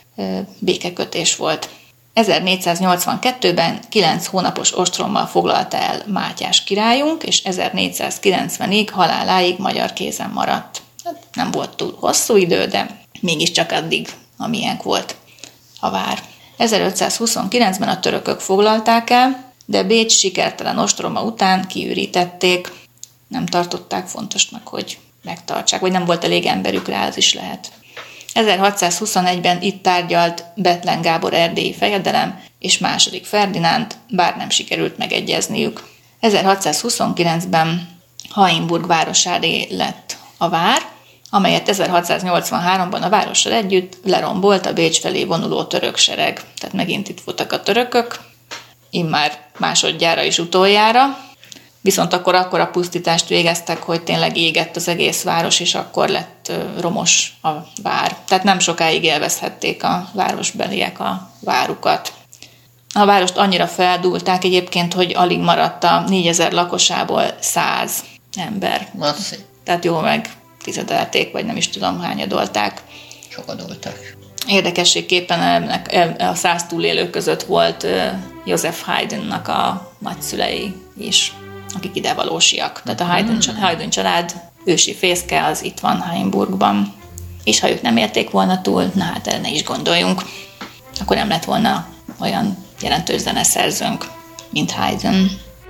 Speaker 1: békekötés volt. ezernégyszáznyolcvankettőben kilenc hónapos ostrommal foglalta el Mátyás királyunk, és ezernégyszázkilencvenig haláláig magyar kézen maradt. Nem volt túl hosszú idő, de mégiscsak addig, amilyen volt a vár. ezerötszázhuszonkilencben a törökök foglalták el, de Bécs sikertelen ostroma után kiürítették. Nem tartották fontosnak, hogy megtartsák, vagy nem volt elég emberük rá, az is lehet. ezerhatszázhuszonegyben itt tárgyalt Bethlen Gábor erdélyi fejedelem és második Ferdinánd, bár nem sikerült megegyezniük. ezerhatszázhuszonkilencben Hainburg városáré lett a vár, amelyet ezerhatszáznyolcvanháromban a várossal együtt lerombolt a Bécs felé vonuló török sereg. Tehát megint itt voltak a törökök, immár másodjára és utoljára, viszont akkor akkora pusztítást végeztek, hogy tényleg égett az egész város, és akkor lett romos a vár. Tehát nem sokáig élvezhették a városbeliek a várukat. A várost annyira feldúlták egyébként, hogy alig maradt a négyezer lakosából száz ember.
Speaker 2: Masszi.
Speaker 1: Tehát jól meg tizedelték, vagy nem is tudom, hányadolták.
Speaker 2: Sokadolták.
Speaker 1: Érdekességképpen a száz túlélő között volt Joseph Haydnnak a nagyszülei is, akik idevalósiak. Tehát a Haydn, Haydn család ősi fészke az itt van Hainburgban. És ha ők nem érték volna túl, na hát erre ne is gondoljunk, akkor nem lett volna olyan jelentős zeneszerzőnk, mint Haydn.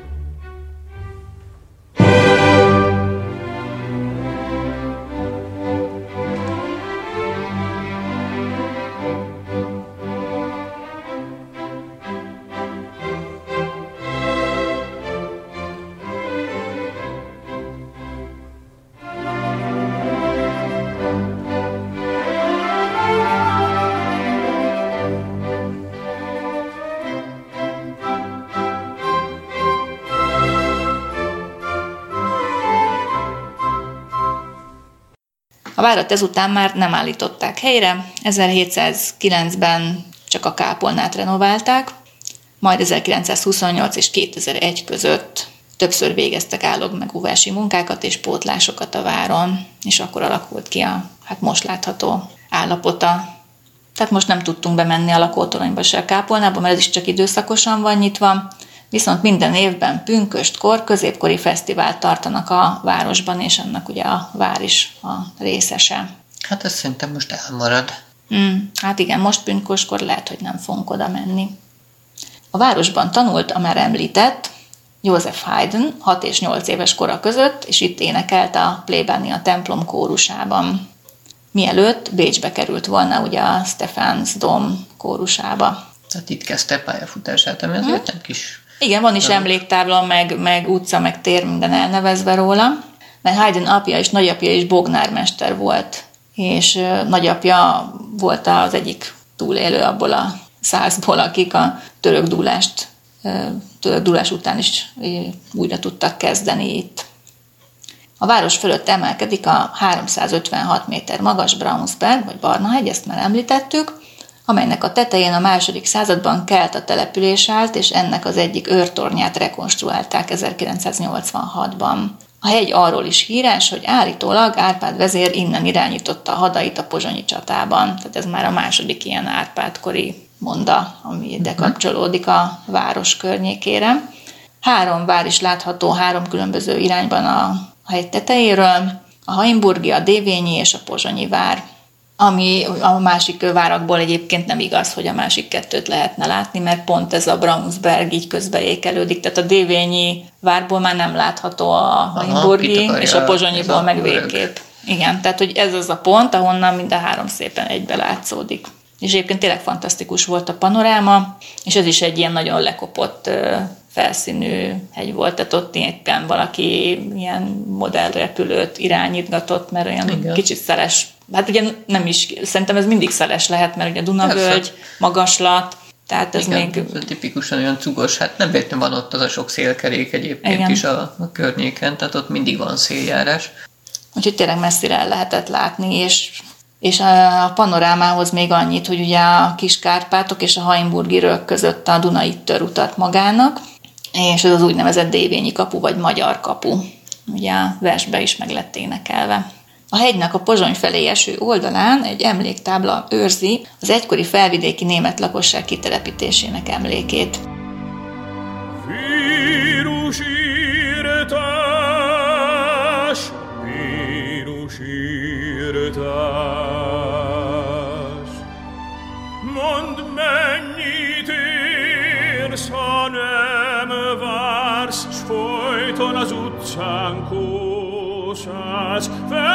Speaker 1: A várat ezután már nem állították helyre, ezerhétszázkilencben csak a kápolnát renoválták, majd ezerkilencszázhuszonnyolc és kétezer-egy között többször végeztek állagmegúvási munkákat és pótlásokat a váron, és akkor alakult ki a hát most látható állapota. Tehát most nem tudtunk bemenni a lakótoronyba se a kápolnába, mert ez is csak időszakosan van nyitva, viszont minden évben pünköstkor középkori fesztivált tartanak a városban, és annak ugye a vár is a részese.
Speaker 2: Hát ez szerintem most elmarad.
Speaker 1: Mm, hát igen, most pünköstkor lehet, hogy nem fogunk oda menni. A városban tanult a már említett Joseph Haydn hat és nyolc éves kora között, és itt énekelt a plébánia templom kórusában. Mielőtt Bécsbe került volna ugye a Stephansdom kórusába.
Speaker 2: Tehát itt kezdte pályafutását, ami azért nem kis...
Speaker 1: Igen, van is emléktábla, meg, meg utca, meg tér, minden elnevezve róla, mert Haydn apja és nagyapja is bognármester volt, és nagyapja volt az egyik túlélő abból a százból, akik a török dúlást, török dúlás után is újra tudtak kezdeni itt. A város fölött emelkedik a háromszázötvenhat méter magas Braunsberg, vagy Barnahegy, ezt már említettük, amelynek a tetején a második században kelta település állt, és ennek az egyik őrtornyát rekonstruálták ezerkilencszáznyolcvanhatban. A hegy arról is híres, hogy állítólag Árpád vezér innen irányította a hadait a pozsonyi csatában. Tehát ez már a második ilyen Árpád-kori monda, ami ide kapcsolódik a város környékére. Három vár is látható három különböző irányban a hegy tetejéről, a hainburgi, a dévényi és a pozsonyi vár. Ami a másik várakból egyébként nem igaz, hogy a másik kettőt lehetne látni, mert pont ez a Braunsberg így közbeékelődik, tehát a dévényi várból már nem látható a hainburgi, és a pozsonyiból meg végképp. Igen, tehát hogy ez az a pont, ahonnan mind a három szépen egybe látszódik. És egyébként tényleg fantasztikus volt a panoráma, és ez is egy ilyen nagyon lekopott felszínű hegy volt, tehát ott éppen valaki ilyen modellrepülőt irányítgatott, mert olyan igen. kicsit szeles. Hát ugye nem is, szerintem ez mindig szeles lehet, mert ugye Dunavölgy, magaslat, tehát ez igen, még...
Speaker 2: ez tipikusan olyan cugos, hát nem véletlenül van ott az a sok szélkerék egyébként igen. is a, a környéken, tehát ott mindig van széljárás.
Speaker 1: Úgyhogy tényleg messzire el lehetett látni, és, és a panorámához még annyit, hogy ugye a Kis-Kárpátok és a hainburgi rök között a Duna itt tör utat magának, és ez az úgynevezett dévényi kapu, vagy magyar kapu. Ugye a versbe is meg lett énekelve. A hegynek a Pozsony felé eső oldalán egy emléktábla őrzi az egykori felvidéki német lakosság kitelepítésének emlékét.
Speaker 8: Vírusírtás, vírusírtás, mondd mennyit érsz, ha nem vársz, s folyton az utcán kószálsz,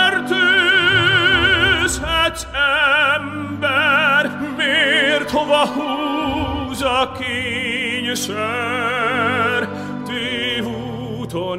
Speaker 8: fertőzhetsz ember, miért hova húz a kényszer, tévúton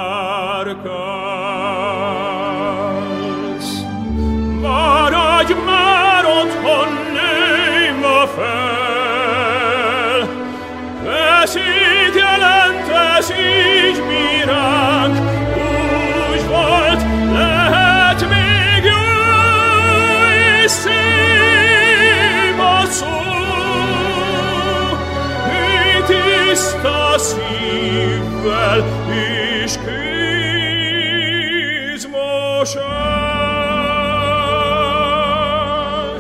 Speaker 8: járkálsz. Maradj már otthon, nőj ma fel, veszélyt jelent ez így mi ránk, úgy volt, lehet még jó és szép a szó. Hű tiszta szívvel és kézmosás.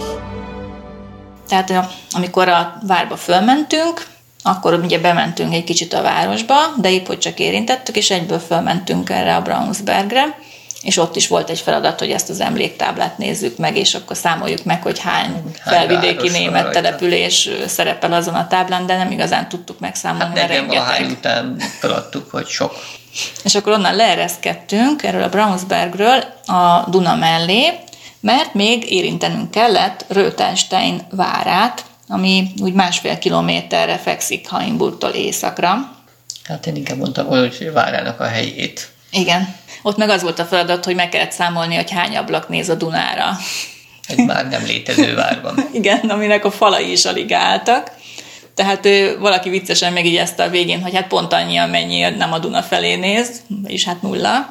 Speaker 1: Tehát amikor a várba fölmentünk, akkor ugye bementünk egy kicsit a városba, de épp hogy csak érintettük, és egyből fölmentünk erre a Braunsbergre, és ott is volt egy feladat, hogy ezt az emléktáblát nézzük meg, és akkor számoljuk meg, hogy hány, hány felvidéki német rajta. Település szerepel azon a táblán, de nem igazán tudtuk megszámolni,
Speaker 2: hát
Speaker 1: mert rengeteg.
Speaker 2: Után feladtuk, hogy sok.
Speaker 1: És akkor onnan leereszkedtünk erről a Braunsbergről a Duna mellé, mert még érintenünk kellett Rötenstein várát, ami úgy másfél kilométerre fekszik Hainburgtól északra.
Speaker 2: Hát én inkább mondtam, hogy várának a helyét.
Speaker 1: Igen. Ott meg az volt a feladat, hogy meg kellett számolni, hogy hány ablak néz a Dunára.
Speaker 2: Egy már nem létező várban.
Speaker 1: Igen, aminek a falai is alig álltak. Tehát ő, valaki viccesen megjegyezte a végén, hogy hát pont annyi, amennyi nem a Duna felé néz, és hát nulla.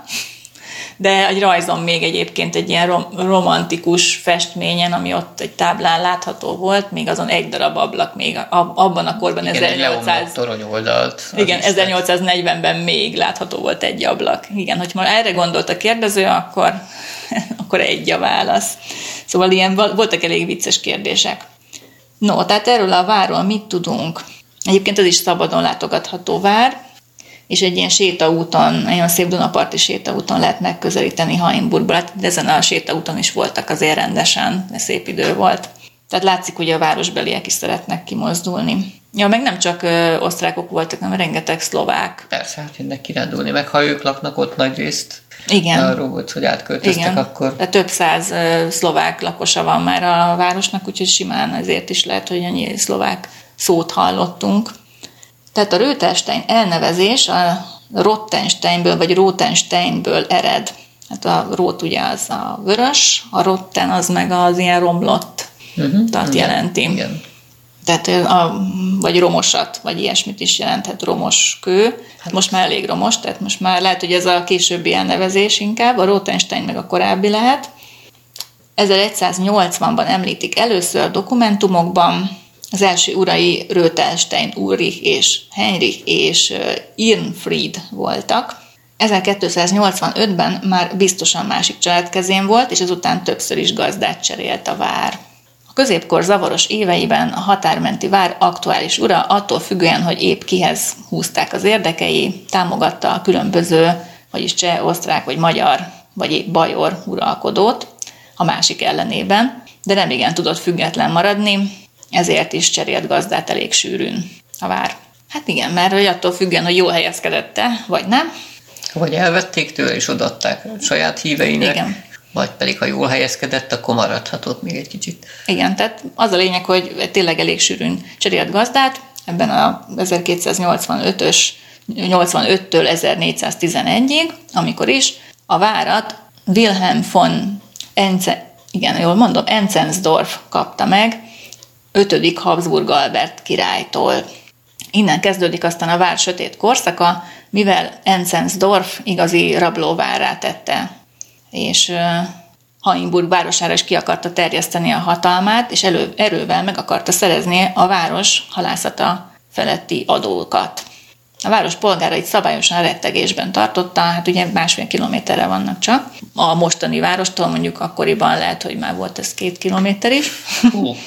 Speaker 1: De egy rajzon még egyébként egy ilyen rom- romantikus festményen, ami ott egy táblán látható volt, még azon egy darab ablak még abban a korban.
Speaker 2: Igen, ezernyolcszáz... torony oldalt.
Speaker 1: Igen, ezernyolcszáznegyvenben még látható volt egy ablak. Igen, hogy már erre gondolt a kérdező, akkor, akkor egy a válasz. Szóval ilyen voltak elég vicces kérdések. No, tehát erről a várról mit tudunk? Egyébként ez is szabadon látogatható vár, és egy ilyen sétaúton, nagyon szép Dunaparti sétaúton lehet megközelíteni Hainburgból. Hát ezen a sétaúton is voltak azért rendesen, de szép idő volt. Tehát látszik, hogy a városbeliek is szeretnek kimozdulni. Ja, meg nem csak ö, osztrákok voltak, hanem rengeteg szlovák.
Speaker 2: Persze, hát jönnek kirándulni, meg ha ők laknak ott nagy részt,
Speaker 1: igen.
Speaker 2: Arról volt, hogy átköltöztek, igen. Akkor...
Speaker 1: De több száz ö, szlovák lakosa van már a városnak, úgyhogy simán ezért is lehet, hogy annyi szlovák szót hallottunk. Tehát a Rötenstein elnevezés a Rottensteinből vagy Rotensteinből ered. Hát a rót ugye az a vörös, a rotten az meg az ilyen romlott, uh-huh, tehát igen, jelenti. Igen. Tehát a, vagy romosat, vagy ilyesmit is jelenthet, romos kő. Hát most már elég romos, tehát most már lehet, hogy ez a későbbi elnevezés inkább, a Rotenstein meg a korábbi lehet. ezeregyszáznyolcvanban említik először a dokumentumokban. Az első urai Rötelstein Ulrich és Heinrich és Irnfried voltak. ezerkétszáznyolcvanötben már biztosan másik család kezén volt, és ezután többször is gazdát cserélt a vár. A középkor zavaros éveiben a határmenti vár aktuális ura attól függően, hogy épp kihez húzták az érdekei, támogatta a különböző, vagyis cseh, osztrák vagy magyar, vagy épp bajor uralkodót a másik ellenében, de nem igen tudott független maradni, ezért is cserélt gazdát elég sűrűn a vár. Hát igen, mert hogy attól függően, hogy jól helyezkedette, vagy nem.
Speaker 2: Vagy elvették tőle és odaadták a saját híveinek,
Speaker 1: igen.
Speaker 2: Vagy pedig, ha jól helyezkedett, akkor maradhatott még egy kicsit.
Speaker 1: Igen, tehát az a lényeg, hogy tényleg elég sűrűn cserélt gazdát, ebben a ezerkétszáznyolcvanötös, nyolcvanöttől ezernégyszáztizenegyig, amikor is a várat Wilhelm von Ence, igen, jól mondom, Encensdorf kapta meg, ötödik Habsburg Albert királytól. Innen kezdődik aztán a vár sötét korszaka, mivel Encensdorf igazi rablóvárrá tette, és uh, Hainburg városára is ki akarta terjeszteni a hatalmát, és elő, erővel meg akarta szerezni a város halászata feletti adókat. A város polgárait szabályosan rettegésben tartotta, hát ugye másfél kilométerre vannak csak. A mostani várostól mondjuk akkoriban lehet, hogy már volt ez két kilométer is.
Speaker 2: Hú,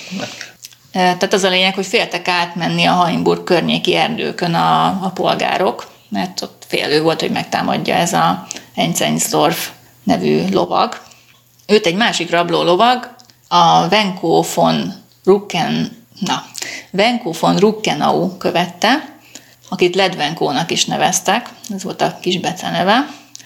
Speaker 1: Tehát az a lényeg, hogy féltek átmenni a Hainburg környéki erdőkön a, a polgárok, mert ott félő volt, hogy megtámadja ez a Encensdorf nevű lovag. Őt egy másik rabló lovag, a Wenko von Rucken, na, Wenko von Ruckenau követte, akit Ledvenkónak is neveztek, ez volt a kis beceneve,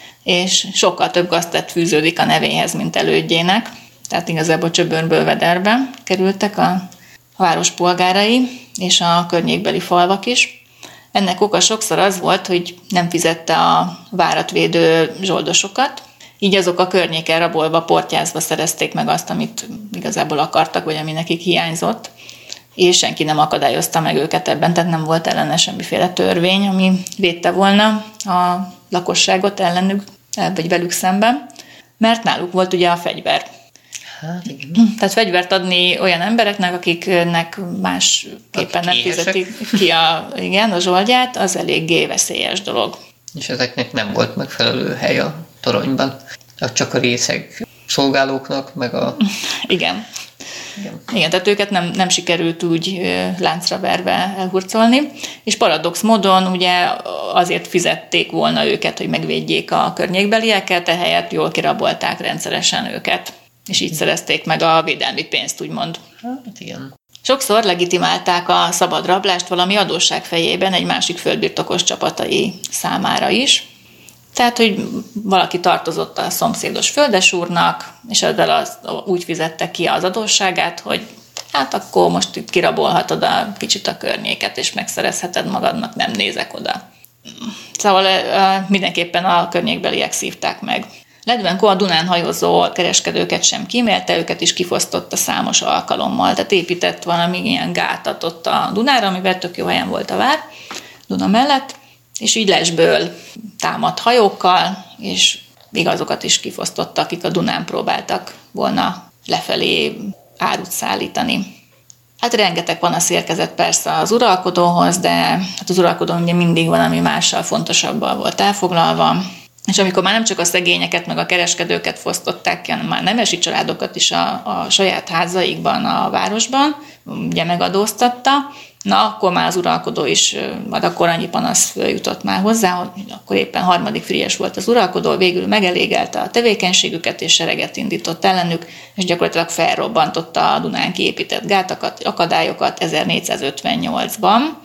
Speaker 1: és sokkal több gazdát fűződik a nevéhez, mint elődjének, tehát igazából Csöbörnbölvederbe kerültek a a város polgárai és a környékbeli falvak is. Ennek oka sokszor az volt, hogy nem fizette a várat védő zsoldosokat, így azok a környéken rabolva, portyázva szerezték meg azt, amit igazából akartak, vagy ami nekik hiányzott, és senki nem akadályozta meg őket ebben, tehát nem volt ellene semmiféle törvény, ami védte volna a lakosságot ellenük, vagy velük szemben, mert náluk volt ugye a fegyver.
Speaker 2: Hát, igen.
Speaker 1: Tehát fegyvert adni olyan embereknek, akiknek másképpen nem fizetik ki a, igen, a zsoldját, az eléggé veszélyes dolog.
Speaker 2: És ezeknek nem volt megfelelő hely a toronyban. Csak a részeg szolgálóknak, meg a...
Speaker 1: Igen. Igen. Igen, tehát őket nem, nem sikerült úgy láncra verve elhurcolni, és paradox módon ugye azért fizették volna őket, hogy megvédjék a környékbelieket, ehelyett jól kirabolták rendszeresen őket. És így szerezték meg a védelmi pénzt, úgymond.
Speaker 2: Hát igen.
Speaker 1: Sokszor legitimálták a szabad rablást valami adósság fejében egy másik földbirtokos csapatai számára is. Tehát, hogy valaki tartozott a szomszédos földesúrnak, és ezzel az, úgy fizette ki az adósságát, hogy hát akkor most itt kirabolhatod a kicsit a környéket, és megszerezheted magadnak, nem nézek oda. Szóval mindenképpen a környékbeliek szívták meg. Ledvenko a Dunán hajózó kereskedőket sem kímélte, őket is kifosztotta számos alkalommal, tehát épített valami ilyen gátat ott a Dunára, amivel tök jó helyen volt a vár, Duna mellett, és így lesből támadt hajókkal, és még azokat is kifosztotta, akik a Dunán próbáltak volna lefelé árut szállítani. Hát rengeteg panasz érkezett persze az uralkodóhoz, de hát az uralkodó ugye mindig valami mással fontosabbal volt elfoglalva, és amikor már nem csak a szegényeket, meg a kereskedőket fosztották ki, hanem már nemesi családokat is a, a saját házaikban, a városban, ugye megadóztatta, na akkor már az uralkodó is, majd akkor annyi panasz jutott már hozzá, hogy akkor éppen harmadik Frigyes volt az uralkodó, végül megelégelte a tevékenységüket, és sereget indított ellenük, és gyakorlatilag felrobbantotta a Dunán kiépített gátakat, akadályokat ezernégyszázötvennyolcban.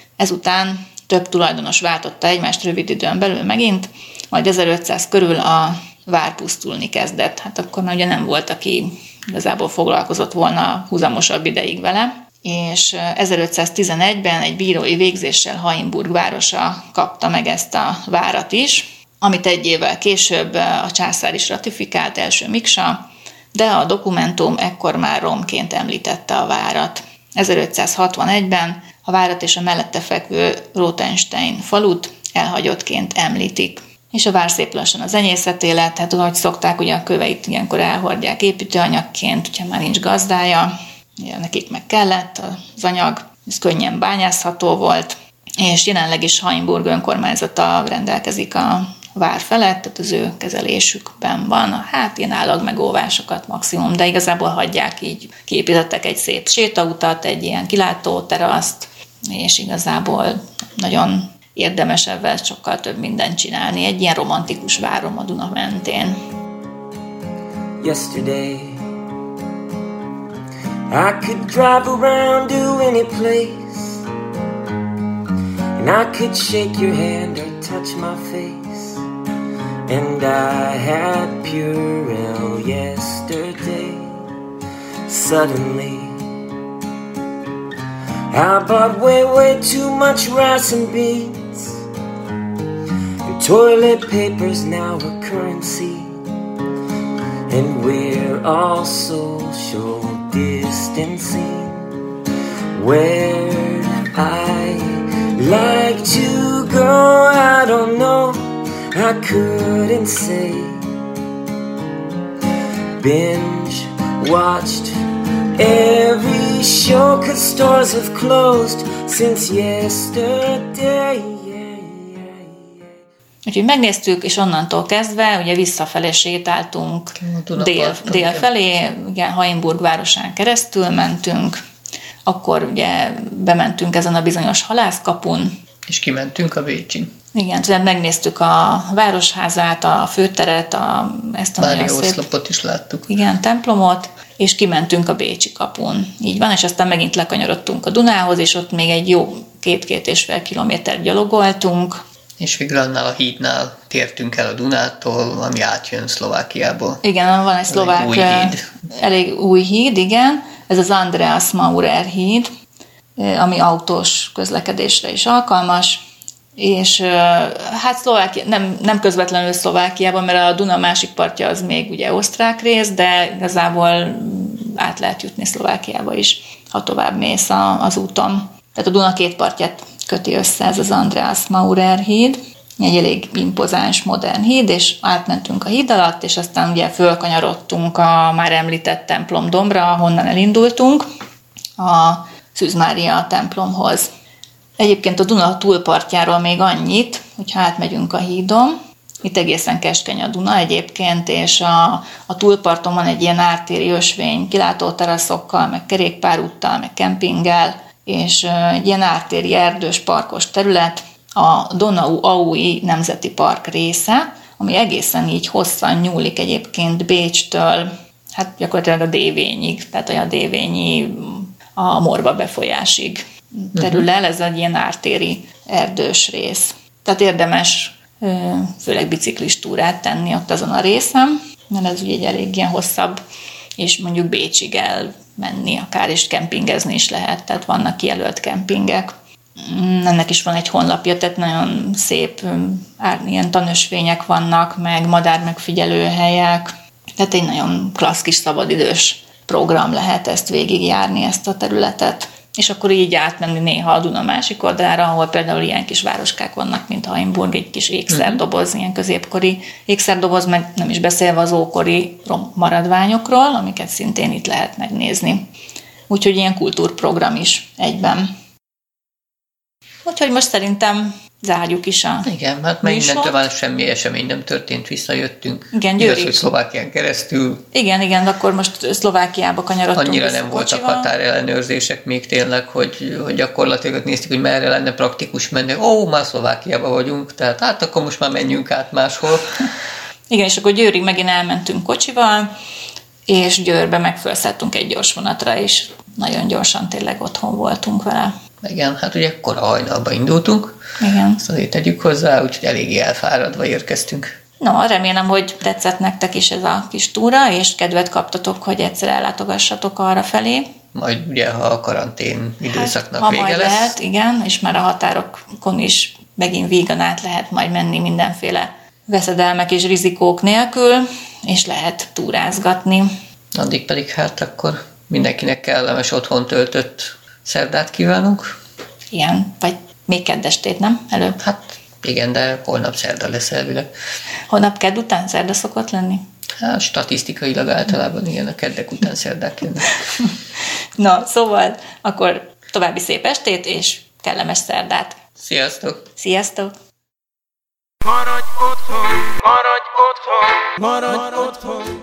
Speaker 1: Ezután több tulajdonos váltotta egymást rövid időn belül megint, majd ezerötszáz körül a vár pusztulni kezdett. Hát akkor már ugye nem volt, aki igazából foglalkozott volna húzamosabb ideig vele, és ezerötszáztizenegyben egy bírói végzéssel Hainburg városa kapta meg ezt a várat is, amit egy évvel később a császár is ratifikált, első miksa, de a dokumentum ekkor már romként említette a várat. ezerötszázhatvanegyben a várat és a mellette fekvő Rothenstein falut elhagyottként említik. és a vár szép lassan az enyészet élet, hát ahogy szokták, ugye a köveit ilyenkor elhordják építőanyagként, hogyha már nincs gazdája, ugye nekik meg kellett az anyag, ez könnyen bányászható volt, és jelenleg is Hainburg önkormányzata rendelkezik a vár felett, tehát az ő kezelésükben van, hát ilyen állagmegóvásokat maximum, de igazából hagyják így, kiépítettek egy szép sétautat, egy ilyen kilátóteraszt, és igazából nagyon érdemes ebben sokkal több mindent csinálni. Egy ilyen romantikus várom a Duna mentén.
Speaker 9: Yesterday I could drive around to any place and I could shake your hand or touch my face and I had Purell yesterday. Suddenly I bought way, way too much rice and beans, and toilet paper's now a currency, and we're all social distancing. Where'd I like to go? I don't know, I couldn't say. Binge watched every show, 'cause stores have closed since yesterday.
Speaker 1: Úgyhogy megnéztük, és onnantól kezdve ugye visszafelé sétáltunk dél, dél felé, igen, Hainburg városán keresztül mentünk, akkor ugye bementünk ezen a bizonyos halászkapun.
Speaker 2: És kimentünk a Bécsin.
Speaker 1: Igen, tehát megnéztük a városházát, a főteret, a, ezt a
Speaker 2: Mária oszlopot is láttuk.
Speaker 1: Igen, templomot, és kimentünk a Bécsi kapun. Így van, és aztán megint lekanyarodtunk a Dunához, és ott még egy jó két-két és fél kilométer gyalogoltunk.
Speaker 2: És végül annál a hídnál tértünk el a Dunától, ami átjön Szlovákiából.
Speaker 1: Igen, van egy szlovák,
Speaker 2: új híd.
Speaker 1: elég új híd, igen. Ez az Andreas Maurer híd, ami autós közlekedésre is alkalmas. És hát Szlovákia, nem, nem közvetlenül Szlovákiában, mert a Duna másik partja az még ugye osztrák rész, de igazából át lehet jutni Szlovákiába is, ha tovább mész a, az úton. Tehát a Duna két partját köti össze ez az Andreas Maurer híd, egy elég impozáns, modern híd, és átmentünk a híd alatt, és aztán ugye fölkanyarodtunk a már említett templom dombra, ahonnan elindultunk, a Szűz Mária templomhoz. Egyébként a Duna túlpartjáról még annyit, hogyha átmegyünk a hídon, itt egészen keskeny a Duna egyébként, és a, a túlparton van egy ilyen ártéri ösvény, kilátóteraszokkal, meg kerékpárúttal, meg kempinggel, és egy ilyen ártéri erdős parkos terület, a Donau-Aui Nemzeti Park része, ami egészen így hosszan nyúlik egyébként Bécstől, hát gyakorlatilag a Dévényig, tehát olyan Dévényi a Morva befolyásig terül el, ez egy ilyen ártéri erdős rész. Tehát érdemes főleg biciklistúrát tenni ott azon a részen, mert ez ugye egy elég ilyen hosszabb, és mondjuk Bécsig elmenni akár, és kempingezni is lehet, tehát vannak kijelölt kempingek. Ennek is van egy honlapja, tehát nagyon szép ilyen tanösvények vannak, meg madár megfigyelő helyek, tehát egy nagyon klassz kis szabadidős program lehet ezt végigjárni, ezt a területet. És akkor így átmenni néha a Duna másik oldalára, ahol például ilyen kis városkák vannak, mint Hainburg, egy kis ékszerdoboz, uh-huh. ilyen középkori ékszerdoboz, meg nem is beszélve az ókori maradványokról, amiket szintén itt lehet megnézni. Úgyhogy ilyen kultúrprogram is egyben. Úgyhogy most szerintem zárjuk is a
Speaker 2: Igen, hát meg mindentől már semmi esemény nem történt, visszajöttünk.
Speaker 1: Igen, Győrig.
Speaker 2: Igaz, hogy Szlovákián keresztül.
Speaker 1: Igen, igen, de akkor most Szlovákiába kanyarodtunk.
Speaker 2: Annyira nem voltak határellenőrzések még tényleg, hogy, hogy gyakorlatilag néztük, hogy merre lenne praktikus menni. Ó, már Szlovákiába vagyunk, tehát hát akkor most már menjünk át máshol.
Speaker 1: Igen, és akkor Győrig megint elmentünk kocsival, és Győrbe meg felszálltunk egy gyors vonatra, és nagyon gyorsan tényleg otthon voltunk vele.
Speaker 2: Igen, hát ugye kora hajnalba indultunk.
Speaker 1: Igen.
Speaker 2: Ezt azért tegyük hozzá, úgyhogy eléggé elfáradva érkeztünk.
Speaker 1: No, remélem, hogy tetszett nektek is ez a kis túra, és kedvet kaptatok, hogy egyszer ellátogassatok arra felé.
Speaker 2: Majd ugye, ha a karantén időszaknak
Speaker 1: hát,
Speaker 2: vége
Speaker 1: majd
Speaker 2: lesz.
Speaker 1: Lehet, igen, és már a határokon is megint vígan át lehet majd menni mindenféle veszedelmek és rizikók nélkül, és lehet túrázgatni.
Speaker 2: Addig pedig hát akkor mindenkinek kellemes otthon töltött szerdát kívánunk.
Speaker 1: Igen, vagy még keddestét, nem? Előbb?
Speaker 2: Hát Igen, de holnap szerda lesz elvileg.
Speaker 1: Holnap kedd után szerda szokott lenni?
Speaker 2: Hát statisztikailag általában igen, a keddek után szerdák jönnek.
Speaker 1: Na, szóval akkor további szép estét, és kellemes szerdát.
Speaker 2: Sziasztok!
Speaker 1: Sziasztok!
Speaker 3: Maradj otthon, maradj otthon, maradj otthon.